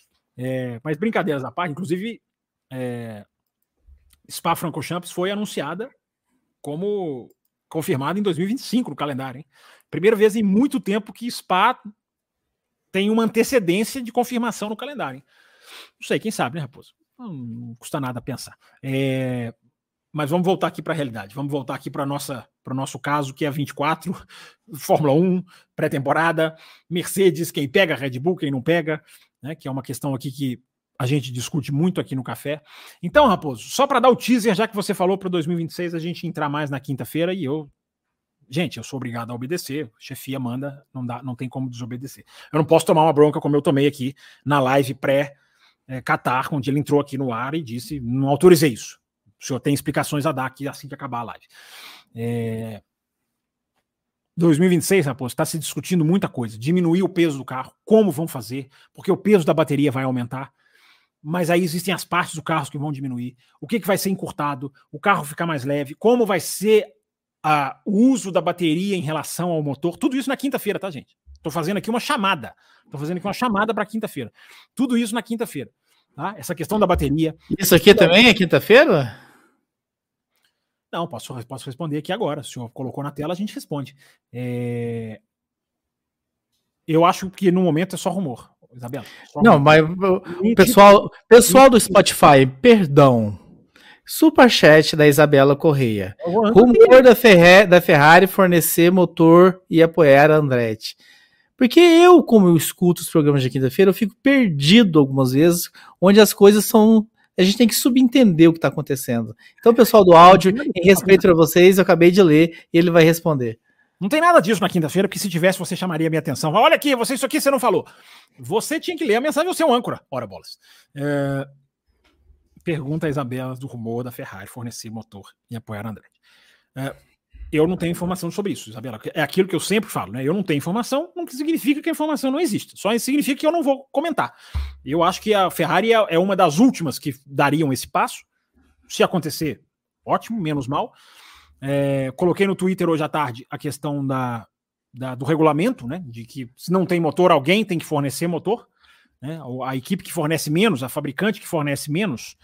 É, mas brincadeiras à parte, inclusive é, Spa-Francorchamps foi anunciada como confirmada em dois mil e vinte e cinco no calendário, hein? Primeira vez em muito tempo que Spa tem uma antecedência de confirmação no calendário, hein? Não sei, quem sabe, né, Raposo? Não, não custa nada pensar. É, mas vamos voltar aqui para a realidade. Vamos voltar aqui para o nosso caso, que é vinte e quatro, Fórmula um, pré-temporada, Mercedes, quem pega, Red Bull, quem não pega, né, que é uma questão aqui que a gente discute muito aqui no Café. Então, Raposo, só para dar o teaser, já que você falou para dois mil e vinte e seis, a gente entrar mais na quinta-feira e eu... Gente, eu sou obrigado a obedecer. Chefia manda, não, dá, não tem como desobedecer. Eu não posso tomar uma bronca como eu tomei aqui na live pré-Qatar, onde ele entrou aqui no ar e disse, não autorizei isso. O senhor tem explicações a dar aqui assim que acabar a live. É... dois mil e vinte e seis, Raposo, está se discutindo muita coisa. Diminuir o peso do carro, como vão fazer, porque o peso da bateria vai aumentar. Mas aí existem as partes do carro que vão diminuir. O que, que vai ser encurtado? O carro ficar mais leve? Como vai ser a, o uso da bateria em relação ao motor? Tudo isso na quinta-feira, tá, gente? Estou fazendo aqui uma chamada. Estou fazendo aqui uma chamada para quinta-feira. Tudo isso na quinta-feira. Tá? Essa questão da bateria. Isso aqui também é quinta-feira? Não, posso, posso responder aqui agora. Se o senhor colocou na tela, a gente responde. É... Eu acho que no momento é só rumor. Isabela. Não, mas o pessoal, pessoal do Spotify, perdão. Superchat da Isabela Correia. Rumor da, Ferre, da Ferrari fornecer motor e apoiar a Andretti. Porque eu, como eu escuto os programas de quinta-feira, eu fico perdido algumas vezes, onde as coisas são... A gente tem que subentender o que está acontecendo. Então, pessoal do áudio, em respeito a vocês, eu acabei de ler e ele vai responder. Não tem nada disso na quinta-feira, porque se tivesse, você chamaria a minha atenção. Olha aqui, você, isso aqui você não falou. Você tinha que ler a mensagem, você é um âncora. Ora, bolas. É... Pergunta a Isabela do rumor da Ferrari fornecer motor e apoiar a Andretti. É... Eu não tenho informação sobre isso, Isabela. É aquilo que eu sempre falo, né? Eu não tenho informação, não significa que a informação não existe. Só significa que eu não vou comentar. Eu acho que a Ferrari é uma das últimas que dariam esse passo. Se acontecer, ótimo, menos mal. É, coloquei no Twitter hoje à tarde a questão da, da, do regulamento, né? De que se não tem motor, alguém tem que fornecer motor. Né? A equipe que fornece menos, a fabricante que fornece menos.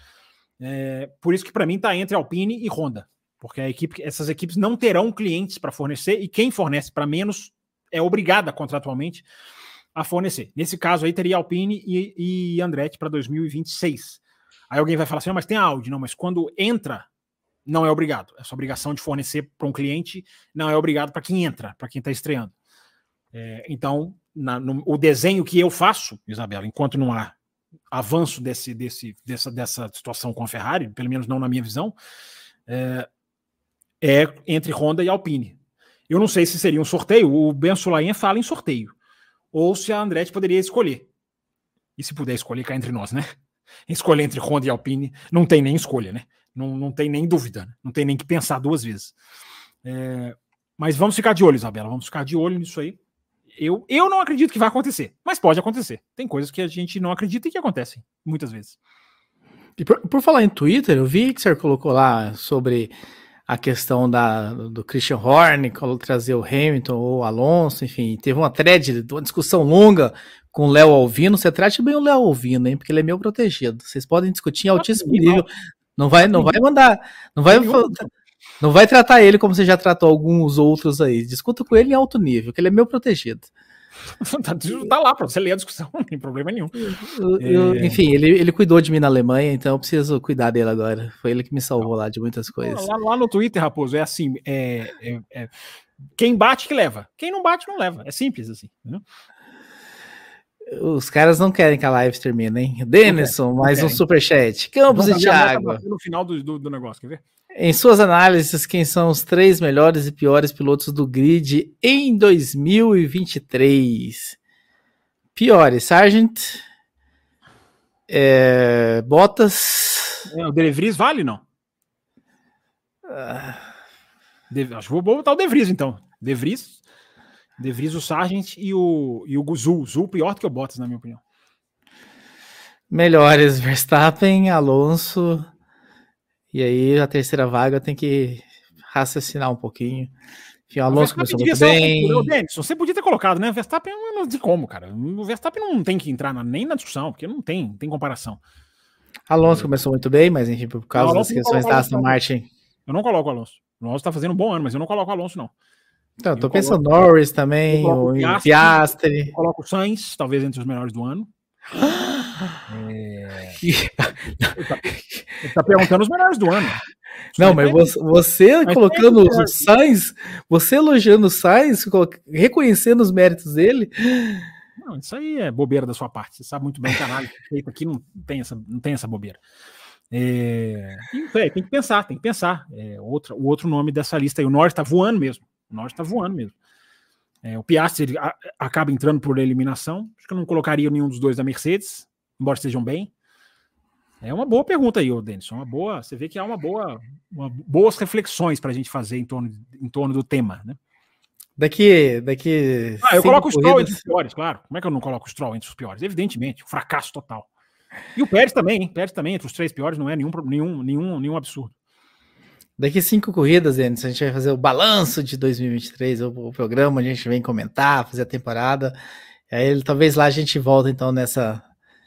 É, por isso que para mim está entre Alpine e Honda. Porque a equipe, essas equipes não terão clientes para fornecer e quem fornece para menos é obrigada contratualmente a fornecer. Nesse caso aí teria Alpine e, e Andretti para dois mil e vinte e seis. Aí alguém vai falar assim, mas tem a Audi. Não, mas quando entra, não é obrigado. Essa obrigação de fornecer para um cliente não é obrigado para quem entra, para quem está estreando. É, então, na, no, o desenho que eu faço, Isabela, enquanto não há avanço desse, desse, dessa, dessa situação com a Ferrari, pelo menos não na minha visão, é, é entre Honda e Alpine. Eu não sei se seria um sorteio, o Ben Sulayem fala em sorteio, ou se a Andretti poderia escolher. E se puder escolher, cá entre nós, né? Escolher entre Honda e Alpine, não tem nem escolha, né? Não, não tem nem dúvida, né? Não tem nem que pensar duas vezes. É, mas vamos ficar de olho, Isabela, vamos ficar de olho nisso aí. eu, eu não acredito que vai acontecer, mas pode acontecer. Tem coisas que a gente não acredita e que acontecem, muitas vezes. E por, por falar em Twitter, eu vi que você colocou lá sobre a questão da, do Christian Horner, trazer o Hamilton ou o Alonso, enfim, teve uma thread, uma discussão longa com o Léo Alvino. Você trate bem o Léo Alvino, hein, porque ele é meu protegido. Vocês podem discutir em altíssimo nível. Não vai, não vai mandar, não vai, não vai tratar ele como você já tratou alguns outros aí. Discuta com ele em alto nível, que ele é meu protegido. tá, tá lá pra você ler a discussão, não tem problema nenhum. Eu, eu, é... Enfim, ele, ele cuidou de mim na Alemanha, então eu preciso cuidar dele agora. Foi ele que me salvou lá de muitas coisas. Lá, lá no Twitter, Raposo, é assim: é, é, é, quem bate que leva, quem não bate não leva. É simples assim. Né? Os caras não querem que a live termine, hein? Denison, mais um superchat. Campos e Thiago. No final do, do, do negócio, quer ver? Em suas análises, quem são os três melhores e piores pilotos do grid em dois mil e vinte e três? Piores, Sargent, é, Bottas... É, o De Vries vale, não? Uh... De, acho que vou botar o De Vries, então. De Vries, De Vries, o Sargent e o, e o Zul. Zul pior do que o Bottas, na minha opinião. Melhores, Verstappen, Alonso... E aí a terceira vaga tem que raciocinar um pouquinho. Enfim, o Alonso começou muito bem. O Denison, você podia ter colocado, né? O Verstappen não de como, cara. O Verstappen não tem que entrar na, nem na discussão, porque não tem, tem comparação. Alonso é. começou muito bem, mas enfim, por causa das questões da Aston Martin. Eu não coloco o Alonso. O Alonso tá fazendo um bom ano, mas eu não coloco o Alonso, não. Então, eu tô eu pensando coloco, Norris também, o Piastri. Piastri. Eu coloco o Sainz, talvez entre os melhores do ano. É... Ele tá perguntando os melhores do ano. Não, mas você, você mas colocando o Sainz, você elogiando o Sainz, reconhecendo os méritos dele. Não, isso aí é bobeira da sua parte. Você sabe muito bem que a análise feita aqui não tem essa, não tem essa bobeira. É... É, tem que pensar, tem que pensar. É, outra, o outro nome dessa lista aí, o Norris tá voando mesmo. O Norris tá voando mesmo. É, o Piastri ele a, acaba entrando por eliminação. Acho que eu não colocaria nenhum dos dois da Mercedes, embora estejam bem. É uma boa pergunta aí, ô Denison. Uma boa, você vê que há uma boa, uma, boas reflexões para a gente fazer em torno, em torno do tema, né? Daqui, daqui. Ah, eu coloco o Stroll corridas... entre os piores, claro. Como é que eu não coloco o Stroll entre os piores? Evidentemente, um fracasso total. E o Pérez também, hein? Pérez também entre os três piores não é nenhum, nenhum, nenhum, nenhum absurdo. Daqui cinco corridas, Denison, a gente vai fazer o balanço de dois mil e vinte e três, o, o programa, a gente vem comentar, fazer a temporada. Aí talvez lá a gente volta então nessa,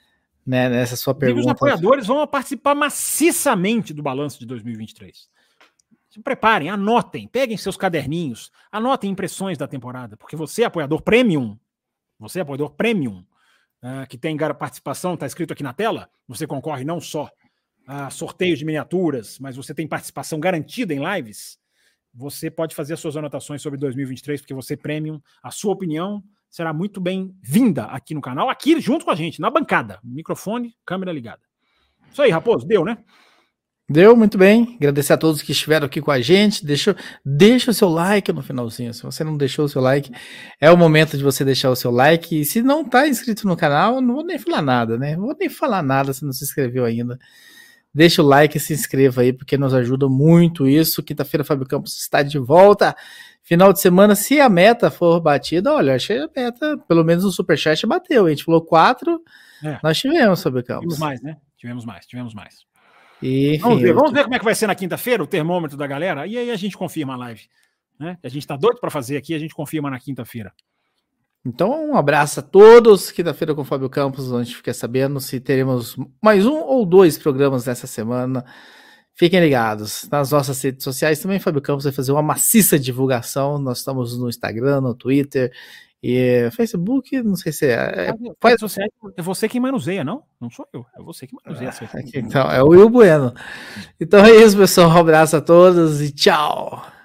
né, nessa sua pergunta. Os apoiadores vão participar maciçamente do balanço de dois mil e vinte e três. Se preparem, anotem, peguem seus caderninhos, anotem impressões da temporada, porque você é apoiador premium, você é apoiador premium, uh, que tem participação, está escrito aqui na tela, você concorre não só a sorteios de miniaturas, mas você tem participação garantida em lives, você pode fazer as suas anotações sobre dois mil e vinte e três, porque você é premium, a sua opinião será muito bem-vinda aqui no canal, aqui junto com a gente, na bancada, microfone, câmera ligada. Isso aí, Raposo, deu, né? Deu, muito bem. Agradecer a todos que estiveram aqui com a gente. Deixa, deixa o seu like no finalzinho. Se você não deixou o seu like, é o momento de você deixar o seu like. E se não está inscrito no canal, não vou nem falar nada, né? Não vou nem falar nada se não se inscreveu ainda. Deixa o like e se inscreva aí, porque nos ajuda muito isso. Quinta-feira, Fábio Campos está de volta. Final de semana, se a meta for batida, olha, achei a meta, pelo menos o Superchat bateu. A gente falou quatro, é. Nós tivemos, Fábio Campos. Tivemos mais, né? Tivemos mais, tivemos mais. E, enfim, vamos, ver, vamos ver como é que vai ser na quinta-feira, o termômetro da galera, e aí a gente confirma a live. Né? A gente tá doido para fazer aqui, a gente confirma na quinta-feira. Então, um abraço a todos. Quinta-feira com o Fábio Campos, onde a gente fica sabendo se teremos mais um ou dois programas nessa semana. Fiquem ligados. Nas nossas redes sociais também, Fábio Campos vai fazer uma maciça divulgação. Nós estamos no Instagram, no Twitter e Facebook, não sei se é. É, faz... é você quem manuseia, não? Não sou eu. É você que manuseia. Ah, então, é o Will Bueno. Então é isso, pessoal. Um abraço a todos e tchau.